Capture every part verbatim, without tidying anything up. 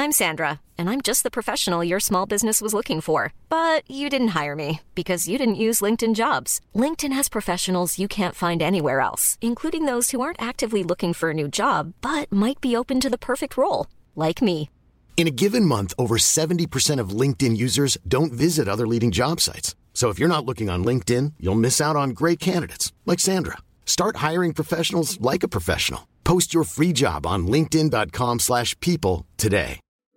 I'm Sandra, and I'm just the professional your small business was looking for. But you didn't hire me because you didn't use LinkedIn Jobs. LinkedIn has professionals you can't find anywhere else, including those who aren't actively looking for a new job, but might be open to the perfect role, like me. In a given month, over seventy percent of LinkedIn users don't visit other leading job sites. So if you're not looking on LinkedIn, you'll miss out on great candidates like Sandra. Start hiring professionals like a professional. Post your free job on linkedin.com slash people today.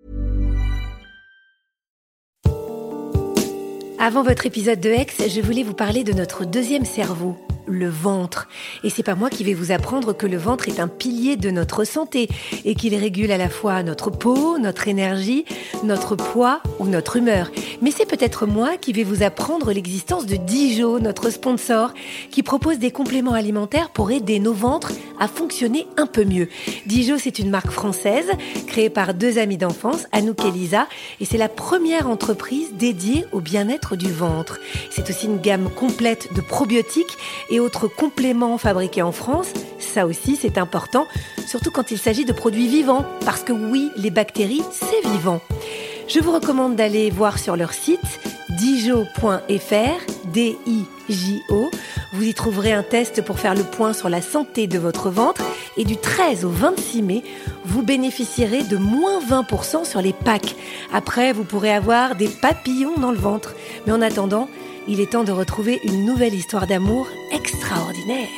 Avant votre épisode de Ex, je voulais vous parler de notre deuxième cerveau, le ventre. Et c'est pas moi qui vais vous apprendre que le ventre est un pilier de notre santé et qu'il régule à la fois notre peau, notre énergie, notre poids ou notre humeur. Mais c'est peut-être moi qui vais vous apprendre l'existence de Dijo, notre sponsor, qui propose des compléments alimentaires pour aider nos ventres à fonctionner un peu mieux. Dijo, c'est une marque française créée par deux amis d'enfance, Anouk et Lisa, et c'est la première entreprise dédiée au bien-être du ventre. C'est aussi une gamme complète de probiotiques et autres compléments fabriqués en France. Ça aussi, c'est important, surtout quand il s'agit de produits vivants, parce que oui, les bactéries, c'est vivant. Je vous recommande d'aller voir sur leur site dijo point f r, D I J O. Vous y trouverez un test pour faire le point sur la santé de votre ventre. Et du treize au vingt-six mai, vous bénéficierez de moins vingt pour cent sur les packs. Après, vous pourrez avoir des papillons dans le ventre. Mais en attendant, il est temps de retrouver une nouvelle histoire d'amour extraordinaire.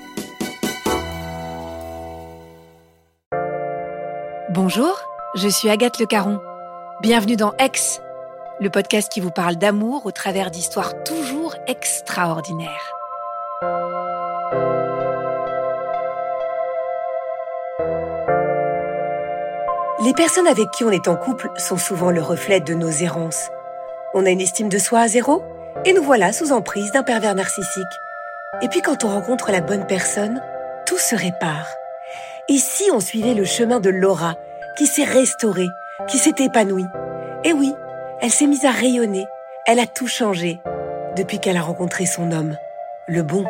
Bonjour, je suis Agathe Le Caron. Bienvenue dans Ex, le podcast qui vous parle d'amour au travers d'histoires toujours extraordinaires. Les personnes avec qui on est en couple sont souvent le reflet de nos errances. On a une estime de soi à zéro et nous voilà sous emprise d'un pervers narcissique. Et puis quand on rencontre la bonne personne, tout se répare. Et si on suivait le chemin de Laura, qui s'est restaurée, qui s'est épanouie? Et oui, elle s'est mise à rayonner, elle a tout changé, depuis qu'elle a rencontré son homme, le bon.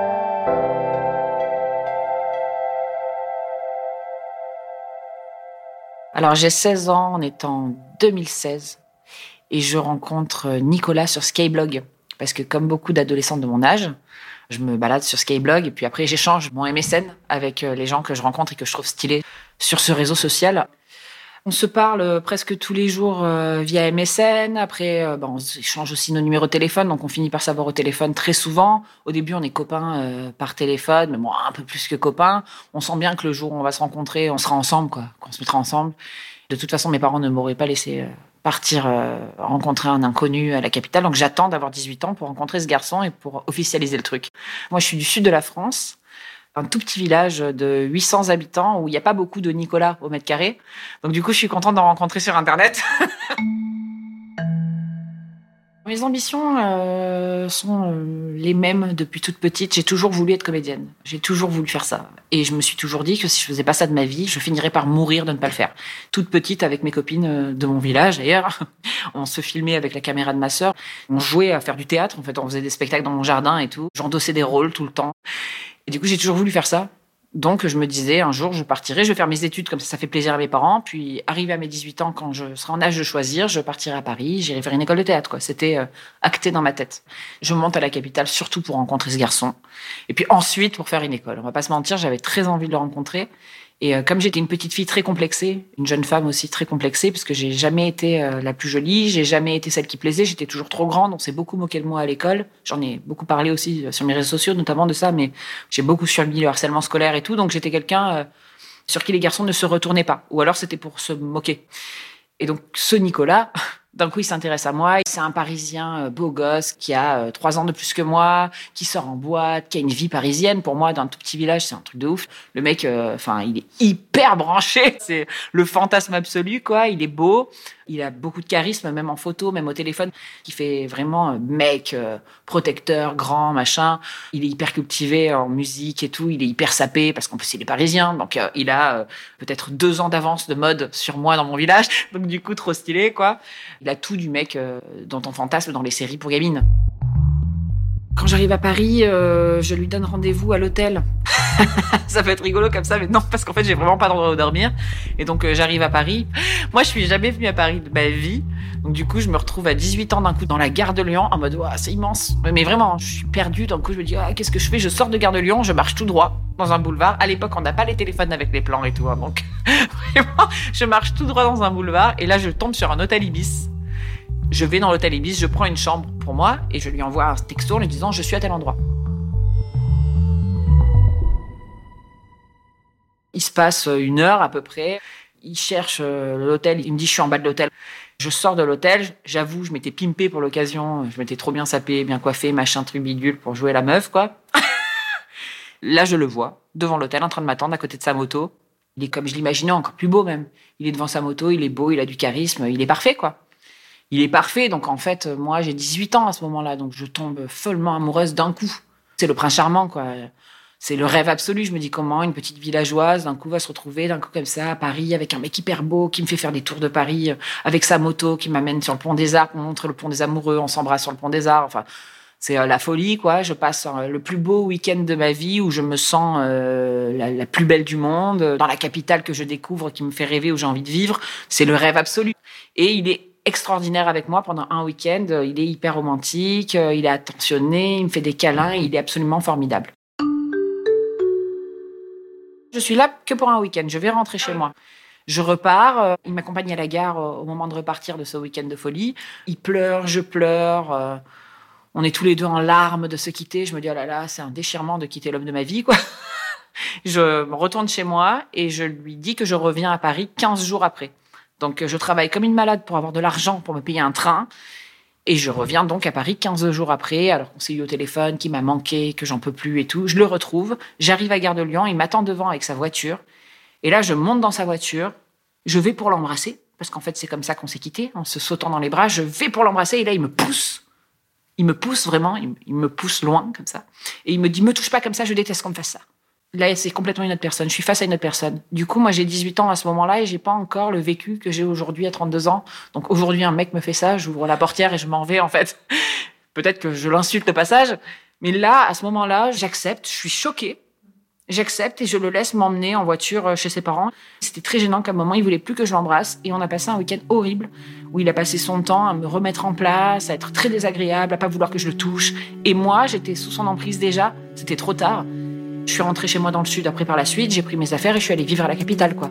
Alors j'ai seize ans, on est en deux mille seize, et je rencontre Nicolas sur Skyblog, parce que comme beaucoup d'adolescentes de mon âge, je me balade sur Skyblog, et puis après j'échange mon M S N avec les gens que je rencontre et que je trouve stylés sur ce réseau social. On se parle presque tous les jours via M S N. Après, ben, on échange aussi nos numéros de téléphone, donc on finit par savoir au téléphone très souvent. Au début, on est copains euh, par téléphone, mais bon, un peu plus que copains. On sent bien que le jour où on va se rencontrer, on sera ensemble, quoi, qu'on se mettra ensemble. De toute façon, mes parents ne m'auraient pas laissé partir euh, rencontrer un inconnu à la capitale, donc j'attends d'avoir dix-huit ans pour rencontrer ce garçon et pour officialiser le truc. Moi, je suis du sud de la France, un tout petit village de huit cents habitants où il n'y a pas beaucoup de Nicolas au mètre carré. Donc du coup, je suis contente d'en rencontrer sur Internet. Mes ambitions euh, sont euh, les mêmes depuis toute petite. J'ai toujours voulu être comédienne. J'ai toujours voulu faire ça. Et je me suis toujours dit que si je faisais pas ça de ma vie, je finirais par mourir de ne pas le faire. Toute petite, avec mes copines de mon village d'ailleurs, on se filmait avec la caméra de ma sœur. On jouait à faire du théâtre. En fait, on faisait des spectacles dans mon jardin et tout. J'endossais des rôles tout le temps. Et du coup, j'ai toujours voulu faire ça. Donc, je me disais, un jour, je partirai, je vais faire mes études, comme ça, ça fait plaisir à mes parents. Puis, arrivé à mes dix-huit ans, quand je serai en âge de choisir, je partirai à Paris, j'irai faire une école de théâtre, quoi. C'était euh, acté dans ma tête. Je monte à la capitale, surtout pour rencontrer ce garçon. Et puis ensuite, pour faire une école. On va pas se mentir, j'avais très envie de le rencontrer. Et euh, comme j'étais une petite fille très complexée, une jeune femme aussi très complexée, parce que j'ai jamais été euh, la plus jolie, j'ai jamais été celle qui plaisait, j'étais toujours trop grande, on s'est beaucoup moqué de moi à l'école. J'en ai beaucoup parlé aussi sur mes réseaux sociaux, notamment de ça, mais j'ai beaucoup subi le harcèlement scolaire et tout, donc j'étais quelqu'un euh, sur qui les garçons ne se retournaient pas, ou alors c'était pour se moquer. Et donc ce Nicolas, d'un coup il s'intéresse à moi, c'est un Parisien euh, beau gosse qui a euh, trois ans de plus que moi, qui sort en boîte, qui a une vie parisienne. Pour moi, dans un tout petit village, c'est un truc de ouf. Le mec, enfin, euh, il est hyper branché, c'est le fantasme absolu, quoi. Il est beau, il a beaucoup de charisme, même en photo, même au téléphone. Il fait vraiment euh, mec, euh, protecteur, grand, machin. Il est hyper cultivé en musique et tout, il est hyper sapé, parce qu'en plus il est parisien, donc euh, il a euh, peut-être deux ans d'avance de mode sur moi dans mon village, donc du coup, trop stylé, quoi. Il a tout du mec euh, dont on fantasme dans les séries pour gamines. Quand j'arrive à Paris, euh, je lui donne rendez-vous à l'hôtel. Ça peut être rigolo comme ça, mais non, parce qu'en fait, j'ai vraiment pas d'endroit où dormir. Et donc, euh, j'arrive à Paris. Moi, je suis jamais venue à Paris de ma vie. Donc, du coup, je me retrouve à dix-huit ans d'un coup dans la gare de Lyon en mode, ouais, c'est immense. Mais vraiment, je suis perdue. D'un coup, je me dis, ah, qu'est-ce que je fais? Je sors de gare de Lyon, je marche tout droit dans un boulevard. À l'époque, on n'a pas les téléphones avec les plans et tout. Hein, donc, vraiment, je marche tout droit dans un boulevard. Et là, je tombe sur un hôtel Ibis. Je vais dans l'hôtel Ibis, je prends une chambre pour moi et je lui envoie un texto en lui disant, je suis à tel endroit. Il se passe une heure à peu près. Il cherche l'hôtel. Il me dit, je suis en bas de l'hôtel. Je sors de l'hôtel. J'avoue, je m'étais pimpée pour l'occasion. Je m'étais trop bien sapée, bien coiffée, machin, truc bidule pour jouer la meuf, quoi. Là, je le vois devant l'hôtel en train de m'attendre à côté de sa moto. Il est comme je l'imaginais, encore plus beau même. Il est devant sa moto, il est beau, il a du charisme, il est parfait, quoi. Il est parfait. Donc, en fait, moi, j'ai dix-huit ans à ce moment-là. Donc, je tombe follement amoureuse d'un coup. C'est le prince charmant, quoi. C'est le rêve absolu. Je me dis comment une petite villageoise, d'un coup, va se retrouver, d'un coup, comme ça, à Paris, avec un mec hyper beau, qui me fait faire des tours de Paris, avec sa moto, qui m'amène sur le pont des Arts, on montre le pont des Amoureux, on s'embrasse sur le pont des Arts. Enfin, c'est euh, la folie, quoi. Je passe euh, le plus beau week-end de ma vie où je me sens euh, la, la plus belle du monde, dans la capitale que je découvre, qui me fait rêver, où j'ai envie de vivre. C'est le rêve absolu. Et il est extraordinaire avec moi pendant un week-end. Il est hyper romantique, il est attentionné, il me fait des câlins, il est absolument formidable. Je suis là que pour un week-end, je vais rentrer chez moi. Je repars, il m'accompagne à la gare au moment de repartir de ce week-end de folie. Il pleure, je pleure, on est tous les deux en larmes de se quitter. Je me dis, oh là là, c'est un déchirement de quitter l'homme de ma vie, quoi. Je me retourne chez moi et je lui dis que je reviens à Paris quinze jours après. Donc, je travaille comme une malade pour avoir de l'argent pour me payer un train. Et je reviens donc à Paris quinze jours après, alors qu'on s'est eu au téléphone, qu'il m'a manqué, que j'en peux plus et tout. Je le retrouve. J'arrive à Gare de Lyon. Il m'attend devant avec sa voiture. Et là, je monte dans sa voiture. Je vais pour l'embrasser. Parce qu'en fait, c'est comme ça qu'on s'est quittés, en se sautant dans les bras. Je vais pour l'embrasser. Et là, il me pousse. Il me pousse vraiment. Il, il me pousse loin, comme ça. Et il me dit, me touche pas comme ça, je déteste qu'on me fasse ça. Là, c'est complètement une autre personne. Je suis face à une autre personne. Du coup, moi, j'ai dix-huit ans à ce moment-là et j'ai pas encore le vécu que j'ai aujourd'hui à trente-deux ans. Donc, aujourd'hui, un mec me fait ça, j'ouvre la portière et je m'en vais, en fait. Peut-être que je l'insulte au passage. Mais là, à ce moment-là, j'accepte. Je suis choquée. J'accepte et je le laisse m'emmener en voiture chez ses parents. C'était très gênant qu'à un moment, il voulait plus que je l'embrasse. Et on a passé un week-end horrible où il a passé son temps à me remettre en place, à être très désagréable, à pas vouloir que je le touche. Et moi, j'étais sous son emprise déjà. C'était trop tard. Je suis rentrée chez moi dans le sud après par la suite, j'ai pris mes affaires et je suis allée vivre à la capitale, quoi.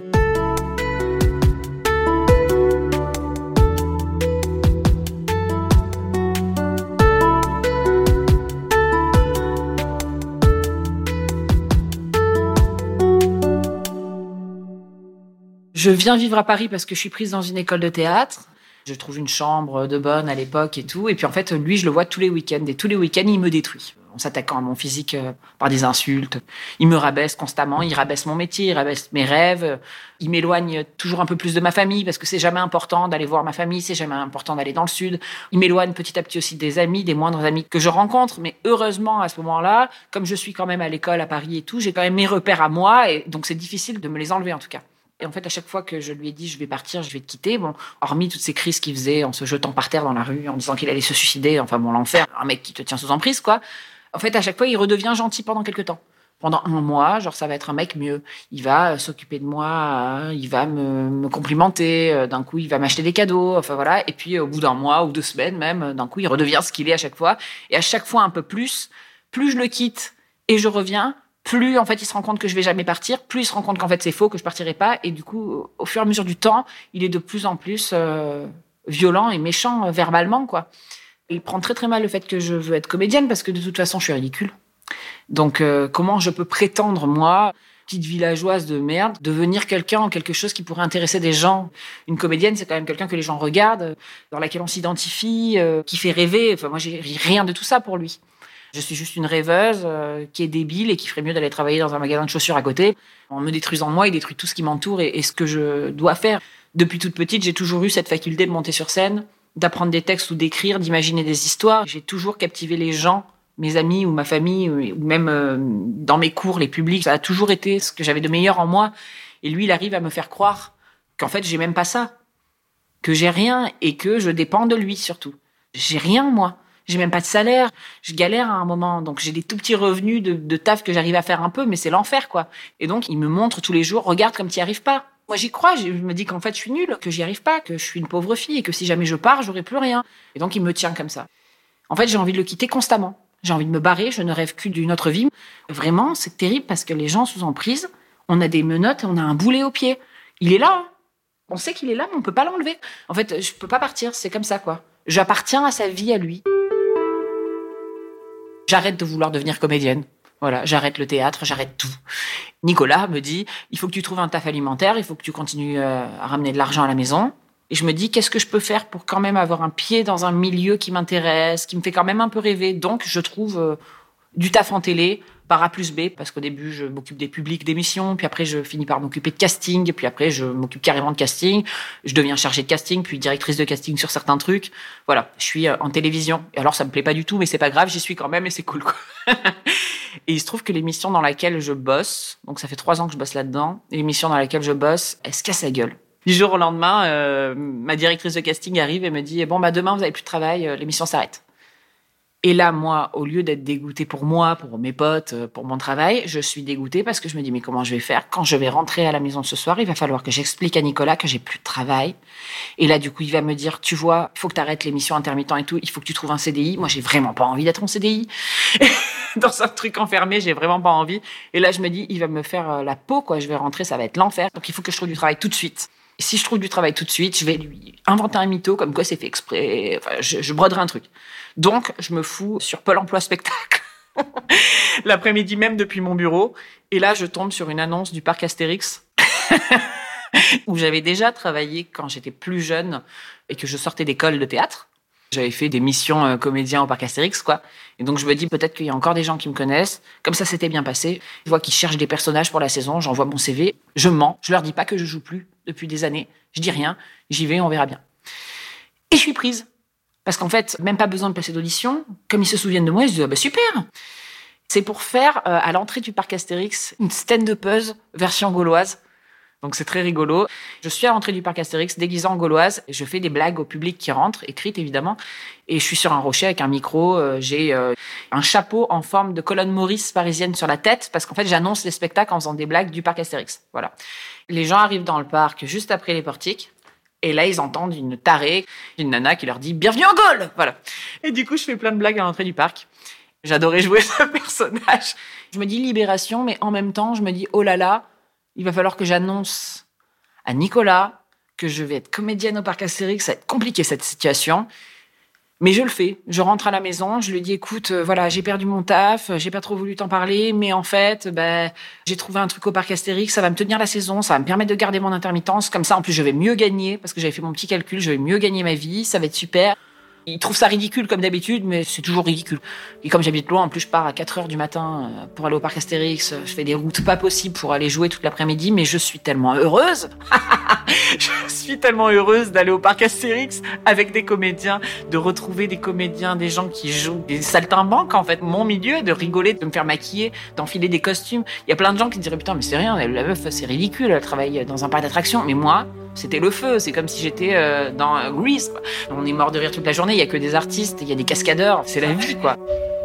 Je viens vivre à Paris parce que je suis prise dans une école de théâtre. Je trouve une chambre de bonne à l'époque et tout. Et puis en fait, lui, je le vois tous les week-ends. Et tous les week-ends, il me détruit. En s'attaquant à mon physique euh, par des insultes. Il me rabaisse constamment, il rabaisse mon métier, il rabaisse mes rêves. Il m'éloigne toujours un peu plus de ma famille parce que c'est jamais important d'aller voir ma famille, c'est jamais important d'aller dans le sud. Il m'éloigne petit à petit aussi des amis, des moindres amis que je rencontre. Mais heureusement, à ce moment-là, comme je suis quand même à l'école à Paris et tout, j'ai quand même mes repères à moi. Et donc c'est difficile de me les enlever en tout cas. Et en fait, à chaque fois que je lui ai dit « je vais partir, je vais te quitter », bon, hormis toutes ces crises qu'il faisait en se jetant par terre dans la rue, en disant qu'il allait se suicider, enfin bon, l'enfer, un mec qui te tient sous emprise, quoi. En fait, à chaque fois, il redevient gentil pendant quelques temps. Pendant un mois, genre, ça va être un mec mieux. Il va s'occuper de moi, il va me, me complimenter, d'un coup, il va m'acheter des cadeaux, enfin voilà. Et puis, au bout d'un mois ou deux semaines même, d'un coup, il redevient ce qu'il est à chaque fois. Et à chaque fois, un peu plus, plus je le quitte et je reviens, plus, en fait, il se rend compte que je vais jamais partir, plus il se rend compte qu'en fait, c'est faux, que je partirai pas. Et du coup, au fur et à mesure du temps, il est de plus en plus euh, violent et méchant euh, verbalement, quoi. Il prend très très mal le fait que je veux être comédienne parce que de toute façon, je suis ridicule. Donc, euh, comment je peux prétendre, moi, petite villageoise de merde, devenir quelqu'un en quelque chose qui pourrait intéresser des gens? Une comédienne, c'est quand même quelqu'un que les gens regardent, dans laquelle on s'identifie, euh, qui fait rêver. Enfin, moi, j'ai rien de tout ça pour lui. Je suis juste une rêveuse euh, qui est débile et qui ferait mieux d'aller travailler dans un magasin de chaussures à côté. En me détruisant moi, il détruit tout ce qui m'entoure et, et ce que je dois faire. Depuis toute petite, j'ai toujours eu cette faculté de monter sur scène, d'apprendre des textes ou d'écrire, d'imaginer des histoires. J'ai toujours captivé les gens, mes amis ou ma famille, ou même euh, dans mes cours, les publics. Ça a toujours été ce que j'avais de meilleur en moi. Et lui, il arrive à me faire croire qu'en fait, j'ai même pas ça. Que j'ai rien et que je dépends de lui, surtout. J'ai rien, moi. J'ai même pas de salaire. Je galère à un moment. Donc, j'ai des tout petits revenus de, de taf que j'arrive à faire un peu, mais c'est l'enfer, quoi. Et donc, il me montre tous les jours, regarde comme tu n'y arrives pas. Moi, j'y crois. Je me dis qu'en fait, je suis nulle, que j'y arrive pas, que je suis une pauvre fille et que si jamais je pars, j'aurai plus rien. Et donc, il me tient comme ça. En fait, j'ai envie de le quitter constamment. J'ai envie de me barrer. Je ne rêve que d'une autre vie. Vraiment, c'est terrible parce que les gens sous emprise, on a des menottes et on a un boulet au pied. Il est là. Hein. On sait qu'il est là, mais on peut pas l'enlever. En fait, je peux pas partir. C'est comme ça, quoi. J'appartiens à sa vie, à lui. J'arrête de vouloir devenir comédienne. Voilà, j'arrête le théâtre, j'arrête tout. Nicolas me dit, il faut que tu trouves un taf alimentaire, il faut que tu continues à ramener de l'argent à la maison. Et je me dis, qu'est-ce que je peux faire pour quand même avoir un pied dans un milieu qui m'intéresse, qui me fait quand même un peu rêver. Donc, je trouve euh, du taf en télé, par A plus B, parce qu'au début, je m'occupe des publics d'émissions, puis après, je finis par m'occuper de casting, puis après, je m'occupe carrément de casting. Je deviens chargée de casting, puis directrice de casting sur certains trucs. Voilà, je suis en télévision. Et alors, ça me plaît pas du tout, mais c'est pas grave, j'y suis quand même et c'est cool, quoi. Et il se trouve que l'émission dans laquelle je bosse, donc ça fait trois ans que je bosse là-dedans, l'émission dans laquelle je bosse, elle se casse la gueule. Du jour au lendemain, euh, ma directrice de casting arrive et me dit « Bon, bah demain, vous avez plus de travail, euh, l'émission s'arrête. » Et là, moi, au lieu d'être dégoûtée pour moi, pour mes potes, pour mon travail, je suis dégoûtée parce que je me dis, mais comment je vais faire? Quand je vais rentrer à la maison ce soir, il va falloir que j'explique à Nicolas que j'ai plus de travail. Et là, du coup, il va me dire, tu vois, il faut que tu arrêtes l'émission intermittent et tout, il faut que tu trouves un C D I. Moi, j'ai vraiment pas envie d'être en C D I. Dans un truc enfermé, j'ai vraiment pas envie. Et là, je me dis, il va me faire la peau, quoi. Je vais rentrer, ça va être l'enfer. Donc, il faut que je trouve du travail tout de suite. Et si je trouve du travail tout de suite, je vais lui inventer un mytho, comme quoi c'est fait exprès. Enfin, je, je broderai un truc. Donc, je me fous sur Pôle emploi spectacle. L'après-midi même depuis mon bureau. Et là, je tombe sur une annonce du parc Astérix. Où j'avais déjà travaillé quand j'étais plus jeune et que je sortais d'école de théâtre. J'avais fait des missions euh, comédiens au parc Astérix, quoi. Et donc, je me dis, peut-être qu'il y a encore des gens qui me connaissent. Comme ça, c'était bien passé. Je vois qu'ils cherchent des personnages pour la saison. J'envoie mon C V. Je mens. Je leur dis pas que je joue plus depuis des années. Je dis rien. J'y vais, on verra bien. Et je suis prise. Parce qu'en fait, même pas besoin de passer d'audition. Comme ils se souviennent de moi, ils se disent, ah bah super. C'est pour faire, euh, à l'entrée du parc Astérix, une stand-upeuse version gauloise. Donc c'est très rigolo. Je suis à l'entrée du parc Astérix, déguisée en gauloise. Je fais des blagues au public qui rentre, écrites évidemment. Et je suis sur un rocher avec un micro. Euh, j'ai euh, un chapeau en forme de colonne Maurice parisienne sur la tête, parce qu'en fait, j'annonce les spectacles en faisant des blagues du parc Astérix. Voilà. Les gens arrivent dans le parc juste après les portiques. Et là, ils entendent une tarée, une nana qui leur dit « Bienvenue en Gaule !» Voilà. Et du coup, je fais plein de blagues à l'entrée du parc. J'adorais jouer ce personnage. Je me dis libération, mais en même temps, je me dis « Oh là là !» Il va falloir que j'annonce à Nicolas que je vais être comédienne au parc Astérix. Ça va être compliqué, cette situation. Mais je le fais. Je rentre à la maison, je lui dis, écoute, euh, voilà, j'ai perdu mon taf, j'ai pas trop voulu t'en parler, mais en fait, ben, j'ai trouvé un truc au parc Astérix, ça va me tenir la saison, ça va me permettre de garder mon intermittence. Comme ça, en plus, je vais mieux gagner, parce que j'avais fait mon petit calcul, je vais mieux gagner ma vie, ça va être super. Il trouve ça ridicule comme d'habitude, mais c'est toujours ridicule. Et comme j'habite loin, en plus je pars à quatre heures du matin pour aller au parc Astérix, je fais des routes pas possibles pour aller jouer toute l'après-midi, mais je suis tellement heureuse. Je suis tellement heureuse d'aller au parc Astérix avec des comédiens, de retrouver des comédiens, des gens qui jouent des saltimbanques, en fait, mon milieu, de rigoler, de me faire maquiller, d'enfiler des costumes. Il y a plein de gens qui diraient, putain, mais c'est rien, la meuf, c'est ridicule, elle travaille dans un parc d'attractions. Mais moi, c'était le feu, c'est comme si j'étais euh, dans euh, Grease, quoi. On est mort de rire toute la journée, il y a que des artistes, il y a des cascadeurs, c'est la vie, quoi.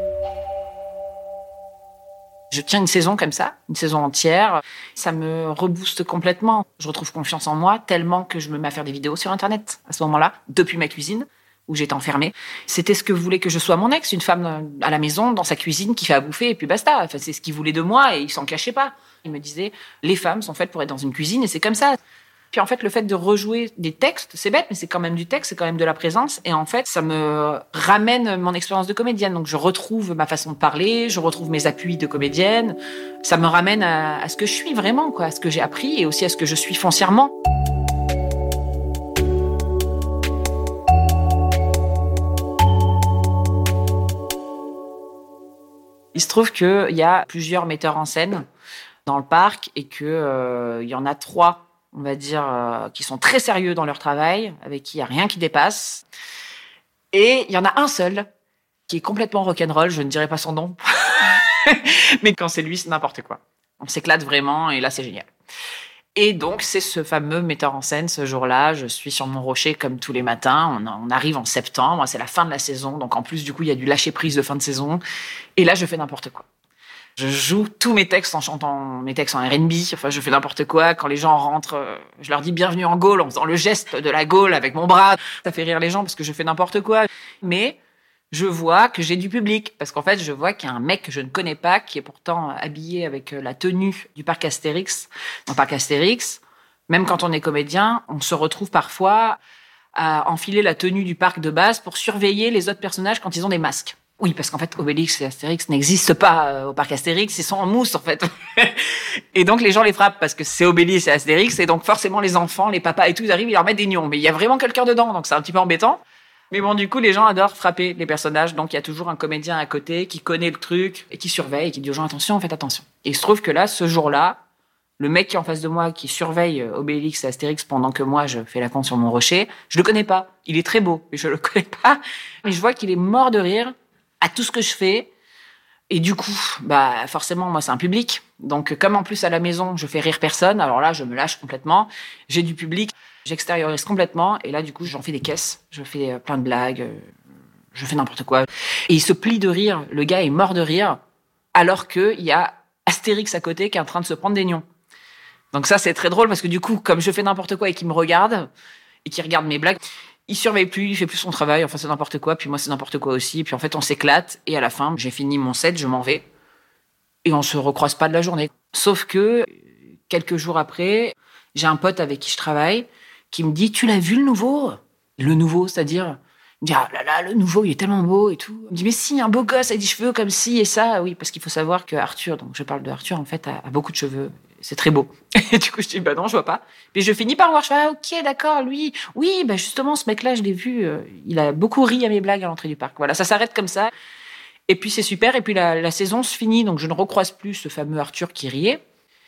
Je tiens une saison comme ça, une saison entière, ça me rebooste complètement. Je retrouve confiance en moi tellement que je me mets à faire des vidéos sur Internet à ce moment-là, depuis ma cuisine, où j'étais enfermée. C'était ce que voulait que je sois mon ex, une femme à la maison, dans sa cuisine, qui fait à bouffer, et puis basta. Enfin, c'est ce qu'il voulait de moi, et il s'en cachait pas. Il me disait, les femmes sont faites pour être dans une cuisine, et c'est comme ça. Puis en fait, le fait de rejouer des textes, c'est bête, mais c'est quand même du texte, c'est quand même de la présence. Et en fait, ça me ramène mon expérience de comédienne. Donc je retrouve ma façon de parler, je retrouve mes appuis de comédienne. Ça me ramène à, à ce que je suis vraiment, quoi, à ce que j'ai appris et aussi à ce que je suis foncièrement. Il se trouve qu'il y a plusieurs metteurs en scène dans le parc et qu'il euh, y en a trois, on va dire, euh, qui sont très sérieux dans leur travail, avec qui il n'y a rien qui dépasse. Et il y en a un seul qui est complètement rock'n'roll, je ne dirai pas son nom, mais quand c'est lui, c'est n'importe quoi. On s'éclate vraiment, et là, c'est génial. Et donc, c'est ce fameux metteur en scène, ce jour-là. Je suis sur mon rocher comme tous les matins. On, on arrive en septembre, c'est la fin de la saison. Donc, en plus, du coup, il y a du lâcher-prise de fin de saison. Et là, je fais n'importe quoi. Je joue tous mes textes en chantant mes textes en R and B. Enfin, je fais n'importe quoi. Quand les gens rentrent, je leur dis bienvenue en Gaule en faisant le geste de la Gaule avec mon bras. Ça fait rire les gens parce que je fais n'importe quoi. Mais je vois que j'ai du public. Parce qu'en fait, je vois qu'il y a un mec que je ne connais pas qui est pourtant habillé avec la tenue du parc Astérix. Dans le parc Astérix, même quand on est comédien, on se retrouve parfois à enfiler la tenue du parc de base pour surveiller les autres personnages quand ils ont des masques. Oui, parce qu'en fait, Obélix et Astérix n'existent pas au parc Astérix, ils sont en mousse, en fait. Et donc, les gens les frappent parce que c'est Obélix et Astérix, et donc forcément, les enfants, les papas et tout, ils arrivent, ils leur mettent des nions. Mais il y a vraiment quelqu'un dedans, donc c'est un petit peu embêtant. Mais bon, du coup, les gens adorent frapper les personnages, donc il y a toujours un comédien à côté qui connaît le truc, et qui surveille, et qui dit aux gens, attention, faites attention. Et il se trouve que là, ce jour-là, le mec qui est en face de moi, qui surveille Obélix et Astérix pendant que moi, je fais la con sur mon rocher, je le connais pas. Il est très beau, mais je le connais pas. Mais je vois qu'il est mort de rire à tout ce que je fais. Et du coup, bah, forcément, moi, c'est un public. Donc, comme en plus, à la maison, je fais rire personne, alors là, je me lâche complètement. J'ai du public, j'extériorise complètement. Et là, du coup, j'en fais des caisses. Je fais plein de blagues. Je fais n'importe quoi. Et il se plie de rire. Le gars est mort de rire. Alors qu'il y a Astérix à côté qui est en train de se prendre des nions. Donc ça, c'est très drôle parce que du coup, comme je fais n'importe quoi et qu'il me regarde, et qu'il regarde mes blagues, il surveille plus, il fait plus son travail, enfin c'est n'importe quoi, puis moi c'est n'importe quoi aussi, puis en fait on s'éclate, et à la fin, j'ai fini mon set, je m'en vais, et on se recroise pas de la journée. Sauf que, quelques jours après, j'ai un pote avec qui je travaille, qui me dit, tu l'as vu le nouveau ? Le nouveau, c'est-à-dire, il me dit, ah là là, le nouveau, il est tellement beau et tout. Il me dit, mais si, un beau gosse avec des cheveux comme ci et ça. Oui, parce qu'il faut savoir que Arthur, donc je parle de Arthur, en fait, a, a beaucoup de cheveux. C'est très beau. Et du coup, je dis, bah non, je vois pas. Puis je finis par voir, je fais, ah, ok, d'accord, lui. Oui, bah justement, ce mec-là, je l'ai vu, euh, il a beaucoup ri à mes blagues à l'entrée du parc. Voilà, ça s'arrête comme ça. Et puis c'est super. Et puis la, la saison se finit, donc je ne recroise plus ce fameux Arthur qui riait.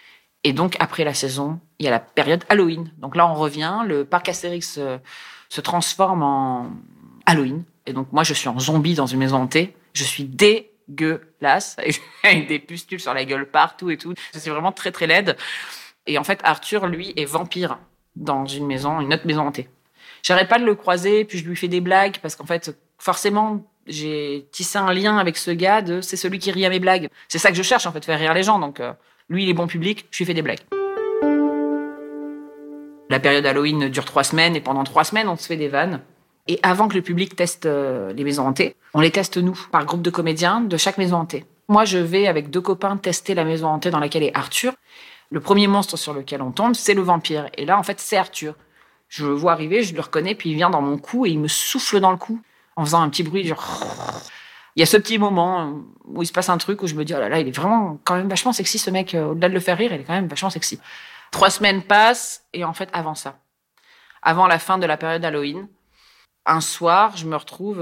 Et donc, après la saison, il y a la période Halloween. Donc là, on revient, le parc Astérix euh, se transforme en Halloween. Et donc, moi, je suis en zombie dans une maison hantée. Je suis dégueulasse, avec des pustules sur la gueule partout et tout. C'est vraiment très, très laide. Et en fait, Arthur, lui, est vampire dans une maison, une autre maison hantée. J'arrête pas de le croiser, puis je lui fais des blagues, parce qu'en fait, forcément, j'ai tissé un lien avec ce gars de c'est celui qui rit à mes blagues. C'est ça que je cherche, en fait, faire rire les gens. Donc, euh, lui, il est bon public, je lui fais des blagues. La période Halloween dure trois semaines, et pendant trois semaines, on se fait des vannes. Et avant que le public teste euh, les maisons hantées, on les teste nous, par groupe de comédiens de chaque maison hantée. Moi, je vais, avec deux copains, tester la maison hantée dans laquelle est Arthur. Le premier monstre sur lequel on tombe, c'est le vampire. Et là, en fait, c'est Arthur. Je le vois arriver, je le reconnais, puis il vient dans mon cou et il me souffle dans le cou en faisant un petit bruit, genre... Il y a ce petit moment où il se passe un truc où je me dis, oh là là, il est vraiment quand même vachement sexy, ce mec. Au-delà de le faire rire, il est quand même vachement sexy. Trois semaines passent, et en fait, avant ça, avant la fin de la période Halloween, un soir, je me retrouve...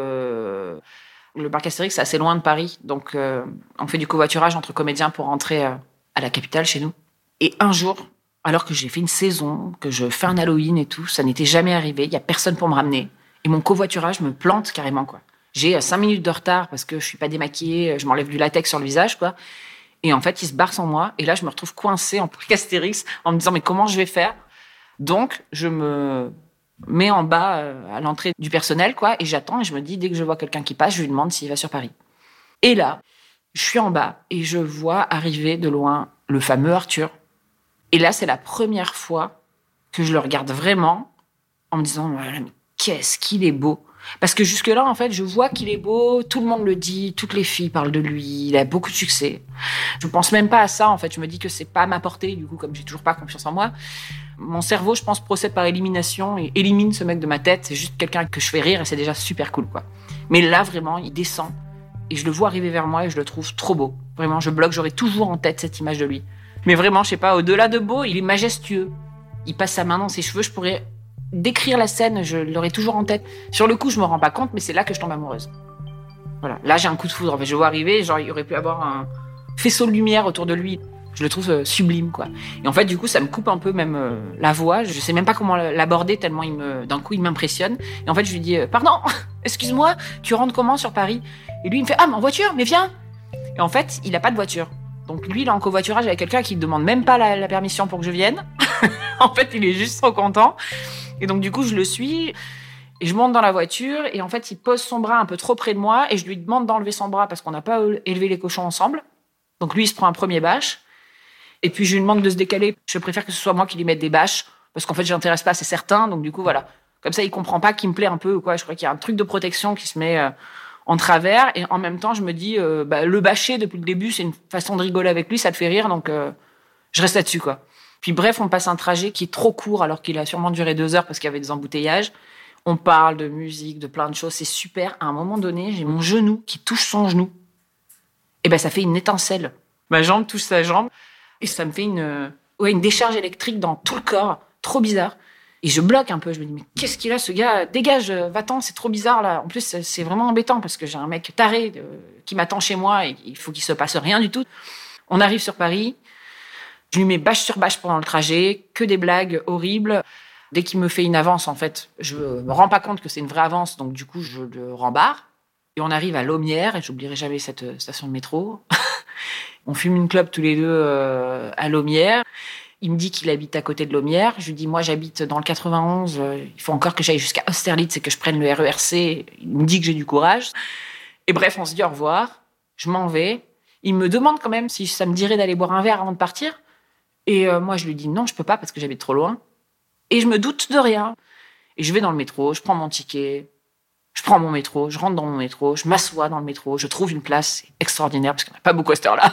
Euh... Le parc Astérix, c'est assez loin de Paris, donc euh, on fait du covoiturage entre comédiens pour rentrer euh, à la capitale, chez nous. Et un jour, alors que j'ai fait une saison, que je fais un Halloween et tout, ça n'était jamais arrivé, il n'y a personne pour me ramener. Et mon covoiturage me plante carrément, quoi. J'ai cinq minutes de retard parce que je suis pas démaquillée, je m'enlève du latex sur le visage, quoi. Et en fait, il se barre sans moi. Et là, je me retrouve coincée en parc Astérix en me disant, mais comment je vais faire ? Donc, je me mets en bas euh, à l'entrée du personnel, quoi. Et j'attends et je me dis, dès que je vois quelqu'un qui passe, je lui demande s'il va sur Paris. Et là, je suis en bas et je vois arriver de loin le fameux Arthur. Et là, c'est la première fois que je le regarde vraiment en me disant, voilà, mais qu'est-ce qu'il est beau. Parce que jusque-là, en fait, je vois qu'il est beau, tout le monde le dit, toutes les filles parlent de lui, il a beaucoup de succès. Je pense même pas à ça, en fait, je me dis que c'est pas à ma portée, du coup, comme j'ai toujours pas confiance en moi. Mon cerveau, je pense, procède par élimination et élimine ce mec de ma tête, c'est juste quelqu'un que je fais rire et c'est déjà super cool, quoi. Mais là, vraiment, il descend et je le vois arriver vers moi et je le trouve trop beau. Vraiment, je bloque, j'aurai toujours en tête cette image de lui. Mais vraiment, je sais pas, au-delà de beau, il est majestueux. Il passe sa main dans ses cheveux, je pourrais décrire la scène, je l'aurais toujours en tête. Sur le coup, je me rends pas compte, mais c'est là que je tombe amoureuse. Voilà, là j'ai un coup de foudre. En fait, je le vois arriver, genre il aurait pu avoir un faisceau de lumière autour de lui. Je le trouve euh, sublime, quoi. Et en fait, du coup, ça me coupe un peu même euh, la voix. Je sais même pas comment l'aborder tellement il me, d'un coup, il m'impressionne. Et en fait, je lui dis, euh, pardon, excuse-moi, tu rentres comment sur Paris ? Et lui, il me fait, ah, mais en voiture, mais viens. Et en fait, il a pas de voiture. Donc lui, il est en covoiturage avec quelqu'un qui ne demande même pas la, la permission pour que je vienne. En fait, il est juste trop content. Et donc, du coup, je le suis. Et je monte dans la voiture. Et en fait, il pose son bras un peu trop près de moi. Et je lui demande d'enlever son bras parce qu'on n'a pas élevé les cochons ensemble. Donc lui, il se prend un premier bâche. Et puis, je lui demande de se décaler. Je préfère que ce soit moi qui lui mette des bâches. Parce qu'en fait, je l'intéresse pas, c'est certain. Donc, du coup, voilà. Comme ça, il comprend pas qu'il me plaît un peu ou quoi. Je crois qu'il y a un truc de protection qui se met euh, en travers. Et en même temps, je me dis, euh, bah, le bâcher depuis le début, c'est une façon de rigoler avec lui. Ça te fait rire. Donc, euh, je reste là-dessus, quoi. Puis bref, on passe un trajet qui est trop court alors qu'il a sûrement duré deux heures parce qu'il y avait des embouteillages. On parle de musique, de plein de choses. C'est super. À un moment donné, j'ai mon genou qui touche son genou. Et ben, ça fait une étincelle. Ma jambe touche sa jambe. Et ça me fait une, ouais, une décharge électrique dans tout le corps. Trop bizarre. Et je bloque un peu. Je me dis, mais qu'est-ce qu'il a, ce gars? Dégage, va-t'en, c'est trop bizarre, là. En plus, c'est vraiment embêtant parce que j'ai un mec taré euh, qui m'attend chez moi et il faut qu'il se passe rien du tout. On arrive sur Paris. Je lui mets bâche sur bâche pendant le trajet, que des blagues horribles. Dès qu'il me fait une avance, en fait, je me rends pas compte que c'est une vraie avance, donc du coup, je le rembarre. Et on arrive à Laumières, et j'oublierai jamais cette station de métro. On fume une clope tous les deux euh, à Laumières. Il me dit qu'il habite à côté de Laumières. Je lui dis, moi, j'habite dans le quatre-vingt-onze. Euh, il faut encore que j'aille jusqu'à Austerlitz et que je prenne le R E R C. Il me dit que j'ai du courage. Et bref, on se dit au revoir. Je m'en vais. Il me demande quand même si ça me dirait d'aller boire un verre avant de partir. Et euh, moi, je lui dis non, je peux pas parce que j'habite trop loin. Et je me doute de rien. Et je vais dans le métro, je prends mon ticket, je prends mon métro, je rentre dans mon métro, je m'assois dans le métro, je trouve une place extraordinaire parce qu'il n'y en a pas beaucoup à cette heure-là.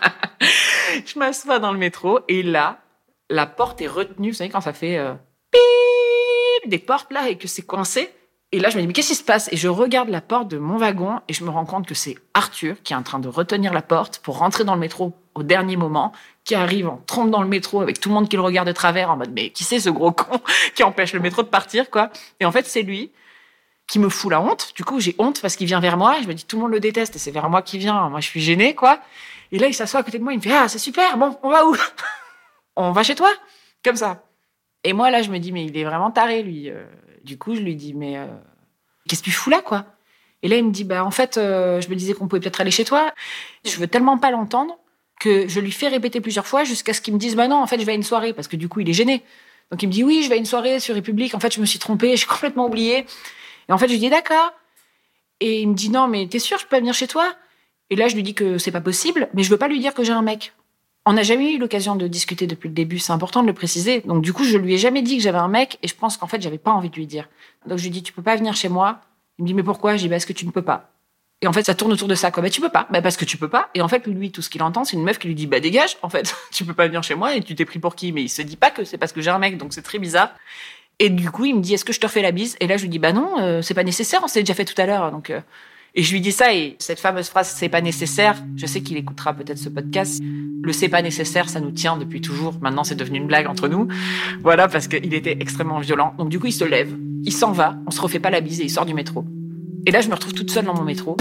Je m'assois dans le métro et là, la porte est retenue. Vous savez, quand ça fait euh, pip des portes là et que c'est coincé. Et là, je me dis, mais qu'est-ce qui se passe? Et je regarde la porte de mon wagon et je me rends compte que c'est Arthur qui est en train de retenir la porte pour rentrer dans le métro au dernier moment, qui arrive en trompe dans le métro avec tout le monde qui le regarde de travers en mode, mais qui c'est ce gros con qui empêche le métro de partir, quoi. Et en fait, c'est lui qui me fout la honte. Du coup, j'ai honte parce qu'il vient vers moi. Je me dis, tout le monde le déteste et c'est vers moi qu'il vient. Moi, je suis gênée, quoi. Et là, il s'assoit à côté de moi. Il me fait, ah, c'est super. Bon, on va où? On va chez toi? Comme ça. Et moi, là, je me dis, mais il est vraiment taré, lui. Euh, du coup, je lui dis, mais euh, qu'est-ce que tu fous là, quoi? Et là, il me dit, bah, en fait, euh, je me disais qu'on pouvait peut-être aller chez toi. Je veux tellement pas l'entendre que je lui fais répéter plusieurs fois jusqu'à ce qu'il me dise, bah non, en fait, je vais à une soirée, parce que du coup, il est gêné. Donc, il me dit, oui, je vais à une soirée sur République. En fait, je me suis trompée, j'ai complètement oublié. Et en fait, je lui dis, d'accord. Et il me dit, non, mais t'es sûr, je peux pas venir chez toi? Et là, je lui dis que c'est pas possible, mais je veux pas lui dire que j'ai un mec. On n'a jamais eu l'occasion de discuter depuis le début, c'est important de le préciser. Donc, du coup, je lui ai jamais dit que j'avais un mec, et je pense qu'en fait, j'avais pas envie de lui dire. Donc, je lui dis, tu peux pas venir chez moi? Il me dit, mais pourquoi? Je dis, bah, est-ce que tu ne peux pas? Et en fait, ça tourne autour de ça, quoi. Bah, tu peux pas. Bah, parce que tu peux pas. Et en fait, lui, tout ce qu'il entend, c'est une meuf qui lui dit, bah, dégage, en fait. Tu peux pas venir chez moi et tu t'es pris pour qui? Mais il se dit pas que c'est parce que j'ai un mec, donc c'est très bizarre. Et du coup, il me dit, est-ce que je te refais la bise? Et là, je lui dis, bah non, euh, c'est pas nécessaire, on s'est déjà fait tout à l'heure, donc, euh... Et je lui dis ça, et cette fameuse phrase, c'est pas nécessaire. Je sais qu'il écoutera peut-être ce podcast. Le c'est pas nécessaire, ça nous tient depuis toujours. Maintenant, c'est devenu une blague entre nous. Voilà, parce qu'il était extrêmement violent. Donc, du coup, il se lève, il s'en va, on se refait pas la bise et il sort du métro. Et là, je me retrouve toute seule dans mon métro.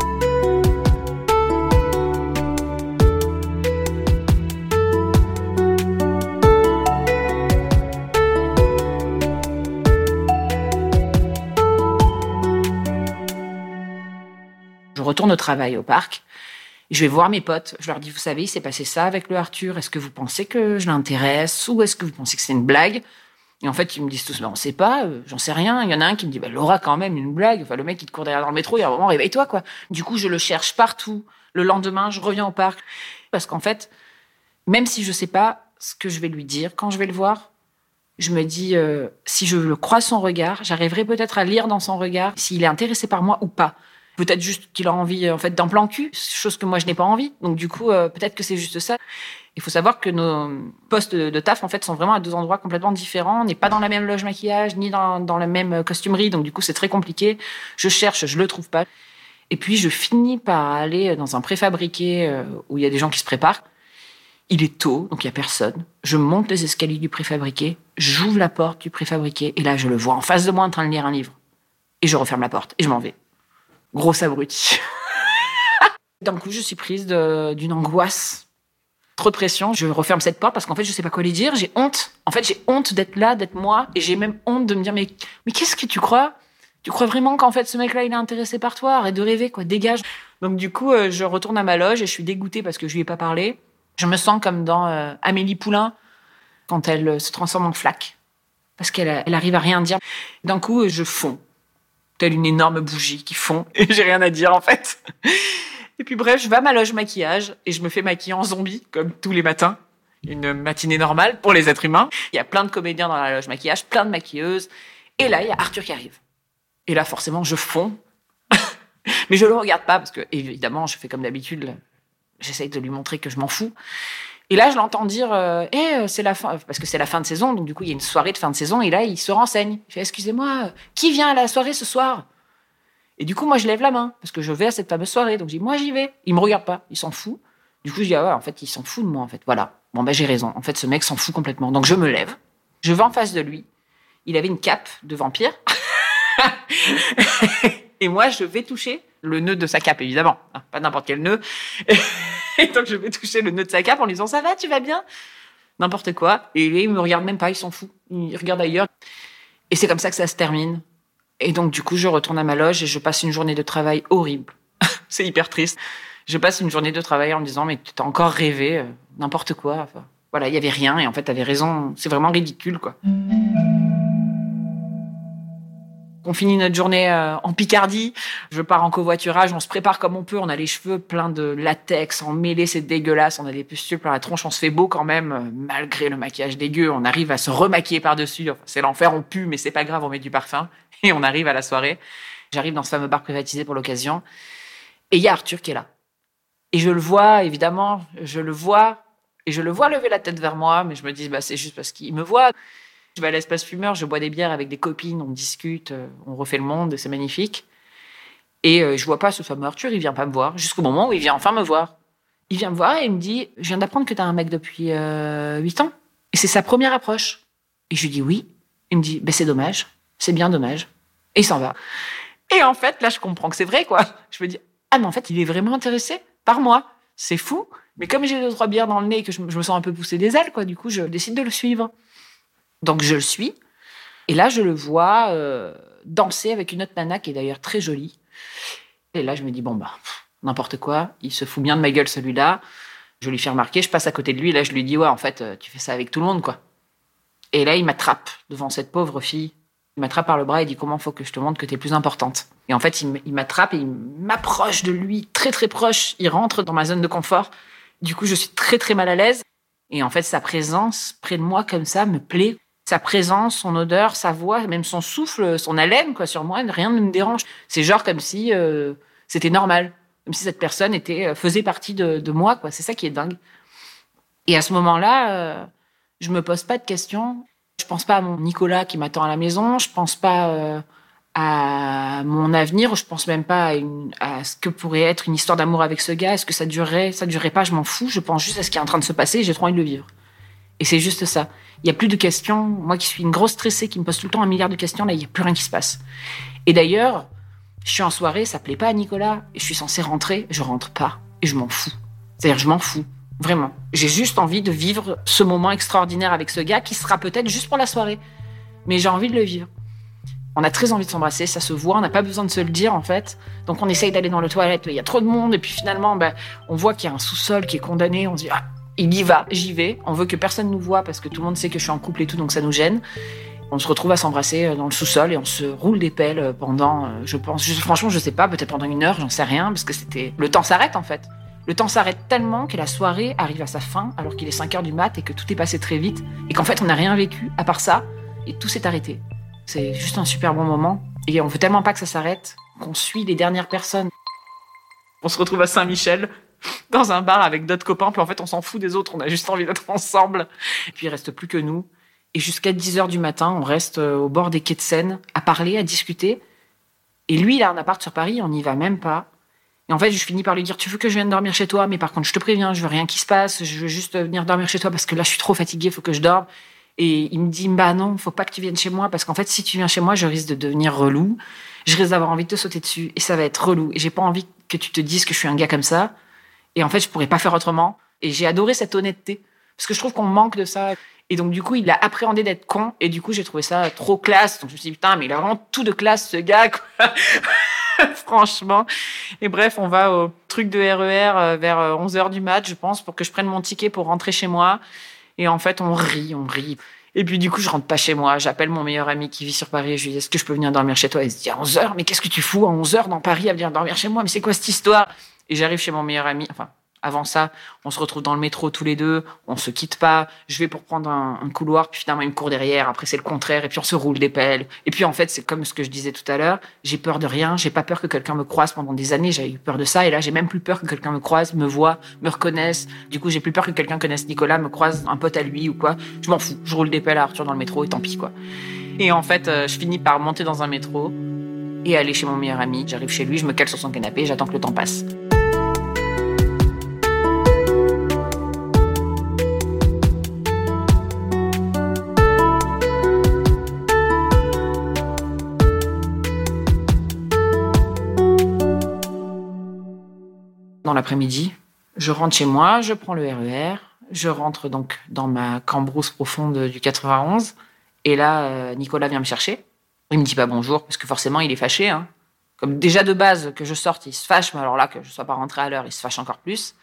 Je retourne au travail, au parc. Je vais voir mes potes. Je leur dis, vous savez, il s'est passé ça avec le Arthur. Est-ce que vous pensez que je l'intéresse? Ou est-ce que vous pensez que c'est une blague? Et en fait, ils me disent tous, bah, on sait pas, euh, j'en sais rien. Il y en a un qui me dit, bah, Laura, quand même, une blague. Enfin, le mec, il te court derrière dans le métro, il y a un moment, réveille-toi, quoi. Du coup, je le cherche partout. Le lendemain, je reviens au parc. Parce qu'en fait, même si je sais pas ce que je vais lui dire quand je vais le voir, je me dis, euh, si je le croise son regard, j'arriverai peut-être à lire dans son regard s'il est intéressé par moi ou pas. Peut-être juste qu'il a envie, en fait, d'un plan cul, chose que moi, je n'ai pas envie. Donc, du coup, euh, peut-être que c'est juste ça. Il faut savoir que nos postes de, de taf, en fait, sont vraiment à deux endroits complètement différents. On n'est pas dans la même loge maquillage, ni dans, dans la même costumerie. Donc, du coup, c'est très compliqué. Je cherche, je le trouve pas. Et puis, je finis par aller dans un préfabriqué euh, où il y a des gens qui se préparent. Il est tôt, donc il y a personne. Je monte les escaliers du préfabriqué, j'ouvre la porte du préfabriqué, et là, je le vois en face de moi en train de lire un livre. Et je referme la porte, et je m'en vais. Grosse abruti. D'un coup, je suis prise de, d'une angoisse. Trop de pression. Je referme cette porte parce qu'en fait, je sais pas quoi lui dire. J'ai honte. En fait, j'ai honte d'être là, d'être moi. Et j'ai même honte de me dire, mais, mais qu'est-ce que tu crois? Tu crois vraiment qu'en fait, ce mec-là, il est intéressé par toi? Arrête de rêver, quoi. Dégage. Donc du coup, euh, je retourne à ma loge et je suis dégoûtée parce que je lui ai pas parlé. Je me sens comme dans euh, Amélie Poulain quand elle euh, se transforme en flaque parce qu'elle elle arrive à rien dire. D'un coup, je fonds, telle une énorme bougie qui fond et j'ai rien à dire en fait. Et puis bref, je vais à ma loge maquillage et je me fais maquiller en zombie comme tous les matins. Une matinée normale pour les êtres humains. Il y a plein de comédiens dans la loge maquillage, plein de maquilleuses. Et là, il y a Arthur qui arrive. Et là, forcément, je fonds. Mais je le regarde pas parce que, évidemment, je fais comme d'habitude. Là. J'essaye de lui montrer que je m'en fous. Et là, je l'entends dire euh, « Eh, c'est la fin... » Parce que c'est la fin de saison, donc du coup, il y a une soirée de fin de saison. Et là, il se renseigne. Il fait « Excusez-moi, qui vient à la soirée ce soir ?» Et du coup, moi, je lève la main parce que je vais à cette fameuse soirée. Donc, je dis « Moi, j'y vais. » Il me regarde pas. Il s'en fout. Du coup, je dis « Ah ouais, en fait, il s'en fout de moi, en fait. Voilà. Bon, ben, j'ai raison. En fait, ce mec s'en fout complètement. » Donc, je me lève. Je vais en face de lui. Il avait une cape de vampire. Et moi, je vais toucher le nœud de sa cape, évidemment. Hein, pas n'importe quel nœud. Et donc, je vais toucher le nœud de sa cape en lui disant « Ça va, tu vas bien ?» N'importe quoi. Et lui, il me regarde même pas, il s'en fout. Il regarde ailleurs. Et c'est comme ça que ça se termine. Et donc, du coup, je retourne à ma loge et je passe une journée de travail horrible. C'est hyper triste. Je passe une journée de travail en me disant « Mais t'as encore rêvé, euh, n'importe quoi. » Enfin, voilà, il y avait rien. Et en fait, t'avais raison. C'est vraiment ridicule, quoi. On finit notre journée euh, en Picardie. Je pars en covoiturage. On se prépare comme on peut. On a les cheveux pleins de latex, emmêlés, c'est dégueulasse. On a des pustules plein la tronche. On se fait beau quand même, euh, malgré le maquillage dégueu. On arrive à se remaquiller par-dessus. Enfin, c'est l'enfer, on pue, mais c'est pas grave, on met du parfum. Et on arrive à la soirée. J'arrive dans ce fameux bar privatisé pour l'occasion. Et il y a Arthur qui est là. Et je le vois, évidemment, je le vois. Et je le vois lever la tête vers moi. Mais je me dis, bah, c'est juste parce qu'il me voit. Je vais à l'espace fumeur, je bois des bières avec des copines, on discute, on refait le monde, c'est magnifique. Et euh, je vois pas ce fameux Arthur, il vient pas me voir, jusqu'au moment où il vient enfin me voir. Il vient me voir et il me dit « Je viens d'apprendre que t'as un mec depuis euh, huit ans. » Et c'est sa première approche. Et je lui dis « Oui. » Il me dit ben, « C'est dommage, c'est bien dommage. » Et il s'en va. Et en fait, là, je comprends que c'est vrai, quoi. Je me dis « Ah, mais en fait, il est vraiment intéressé par moi. C'est fou. » Mais comme j'ai deux, trois bières dans le nez et que je me sens un peu pousser des ailes, quoi, du coup, je décide de le suivre. Donc, je le suis. Et là, je le vois euh, danser avec une autre nana qui est d'ailleurs très jolie. Et là, je me dis, bon, bah, pff, n'importe quoi. Il se fout bien de ma gueule, celui-là. Je lui fais remarquer, je passe à côté de lui. Et là, je lui dis, ouais, en fait, tu fais ça avec tout le monde, quoi. Et là, il m'attrape devant cette pauvre fille. Il m'attrape par le bras et dit, comment faut que je te montre que t'es plus importante? Et en fait, il m'attrape et il m'approche de lui, très, très proche. Il rentre dans ma zone de confort. Du coup, je suis très, très mal à l'aise. Et en fait, sa présence près de moi, comme ça, me plaît. Sa présence, son odeur, sa voix, même son souffle, son haleine, quoi, sur moi, rien ne me dérange. C'est genre comme si euh, c'était normal, comme si cette personne était faisait partie de, de moi, quoi. C'est ça qui est dingue. Et à ce moment-là, euh, je me pose pas de questions. Je pense pas à mon Nicolas qui m'attend à la maison. Je pense pas euh, à mon avenir. Je pense même pas à, une, à ce que pourrait être une histoire d'amour avec ce gars. Est-ce que ça durerait, ça durerait pas? Je m'en fous. Je pense juste à ce qui est en train de se passer. Et j'ai trop envie de le vivre. Et c'est juste ça. Il n'y a plus de questions. Moi qui suis une grosse stressée, qui me pose tout le temps un milliard de questions, là, il n'y a plus rien qui se passe. Et d'ailleurs, je suis en soirée, ça plaît pas à Nicolas, et je suis censée rentrer, je rentre pas. Et je m'en fous. C'est-à-dire, je m'en fous. Vraiment. J'ai juste envie de vivre ce moment extraordinaire avec ce gars, qui sera peut-être juste pour la soirée. Mais j'ai envie de le vivre. On a très envie de s'embrasser, ça se voit, on n'a pas besoin de se le dire, en fait. Donc on essaye d'aller dans les toilettes, il y a trop de monde, et puis finalement, ben, on voit qu'il y a un sous-sol qui est condamné, on se dit, ah, il y va, j'y vais. On veut que personne nous voit parce que tout le monde sait que je suis en couple et tout, donc ça nous gêne. On se retrouve à s'embrasser dans le sous-sol et on se roule des pelles pendant, je pense, je, franchement, je sais pas, peut-être pendant une heure, j'en sais rien, parce que c'était, le temps s'arrête en fait. Le temps s'arrête tellement que la soirée arrive à sa fin alors qu'il est cinq heures du mat et que tout est passé très vite et qu'en fait on n'a rien vécu à part ça et tout s'est arrêté. C'est juste un super bon moment et on veut tellement pas que ça s'arrête qu'on suit les dernières personnes. On se retrouve à Saint-Michel dans un bar avec d'autres copains, puis en fait on s'en fout des autres, on a juste envie d'être ensemble. Et puis il reste plus que nous. Et jusqu'à dix heures du matin, on reste au bord des quais de Seine à parler, à discuter. Et lui, il a un appart sur Paris, on n'y va même pas. Et en fait, je finis par lui dire, tu veux que je vienne dormir chez toi? Mais par contre, je te préviens, je veux rien qui se passe, je veux juste venir dormir chez toi parce que là, je suis trop fatiguée, faut que je dorme. Et il me dit, bah non, faut pas que tu viennes chez moi parce qu'en fait, si tu viens chez moi, je risque de devenir relou. Je risque d'avoir envie de te sauter dessus et ça va être relou. Et j'ai pas envie que tu te dises que je suis un gars comme ça. Et en fait, je pourrais pas faire autrement. Et j'ai adoré cette honnêteté. Parce que je trouve qu'on manque de ça. Et donc, du coup, il a appréhendé d'être con. Et du coup, j'ai trouvé ça trop classe. Donc, je me suis dit, putain, mais il a vraiment tout de classe, ce gars, quoi. Franchement. Et bref, on va au truc de R E R vers onze heures du mat, je pense, pour que je prenne mon ticket pour rentrer chez moi. Et en fait, on rit, on rit. Et puis, du coup, je rentre pas chez moi. J'appelle mon meilleur ami qui vit sur Paris et je lui dis, est-ce que je peux venir dormir chez toi? Il se dit, à onze heures, mais qu'est-ce que tu fous à onze heures dans Paris à venir dormir chez moi? Mais c'est quoi cette histoire? Et j'arrive chez mon meilleur ami. Enfin, avant ça, on se retrouve dans le métro tous les deux. On se quitte pas. Je vais pour prendre un, un couloir. Puis finalement, il me court derrière. Après, c'est le contraire. Et puis, on se roule des pelles. Et puis, en fait, c'est comme ce que je disais tout à l'heure. J'ai peur de rien. J'ai pas peur que quelqu'un me croise. Pendant des années, j'ai eu peur de ça. Et là, j'ai même plus peur que quelqu'un me croise, me voit, me reconnaisse. Du coup, j'ai plus peur que quelqu'un connaisse Nicolas, me croise, un pote à lui ou quoi. Je m'en fous. Je roule des pelles à Arthur dans le métro et tant pis, quoi. Et en fait, euh, je finis par monter dans un métro et aller chez mon meilleur ami. J'arrive chez lui, je me cale sur son canapé et j'attends que le temps passe. Dans l'après-midi, je rentre chez moi, je prends le R E R, je rentre donc dans ma cambrousse profonde du quatre-vingt-onze, et là, euh, Nicolas vient me chercher. Il me dit pas bonjour, parce que forcément, il est fâché. Hein. Comme déjà de base, que je sorte, il se fâche, mais alors là, que je sois pas rentrée à l'heure, il se fâche encore plus.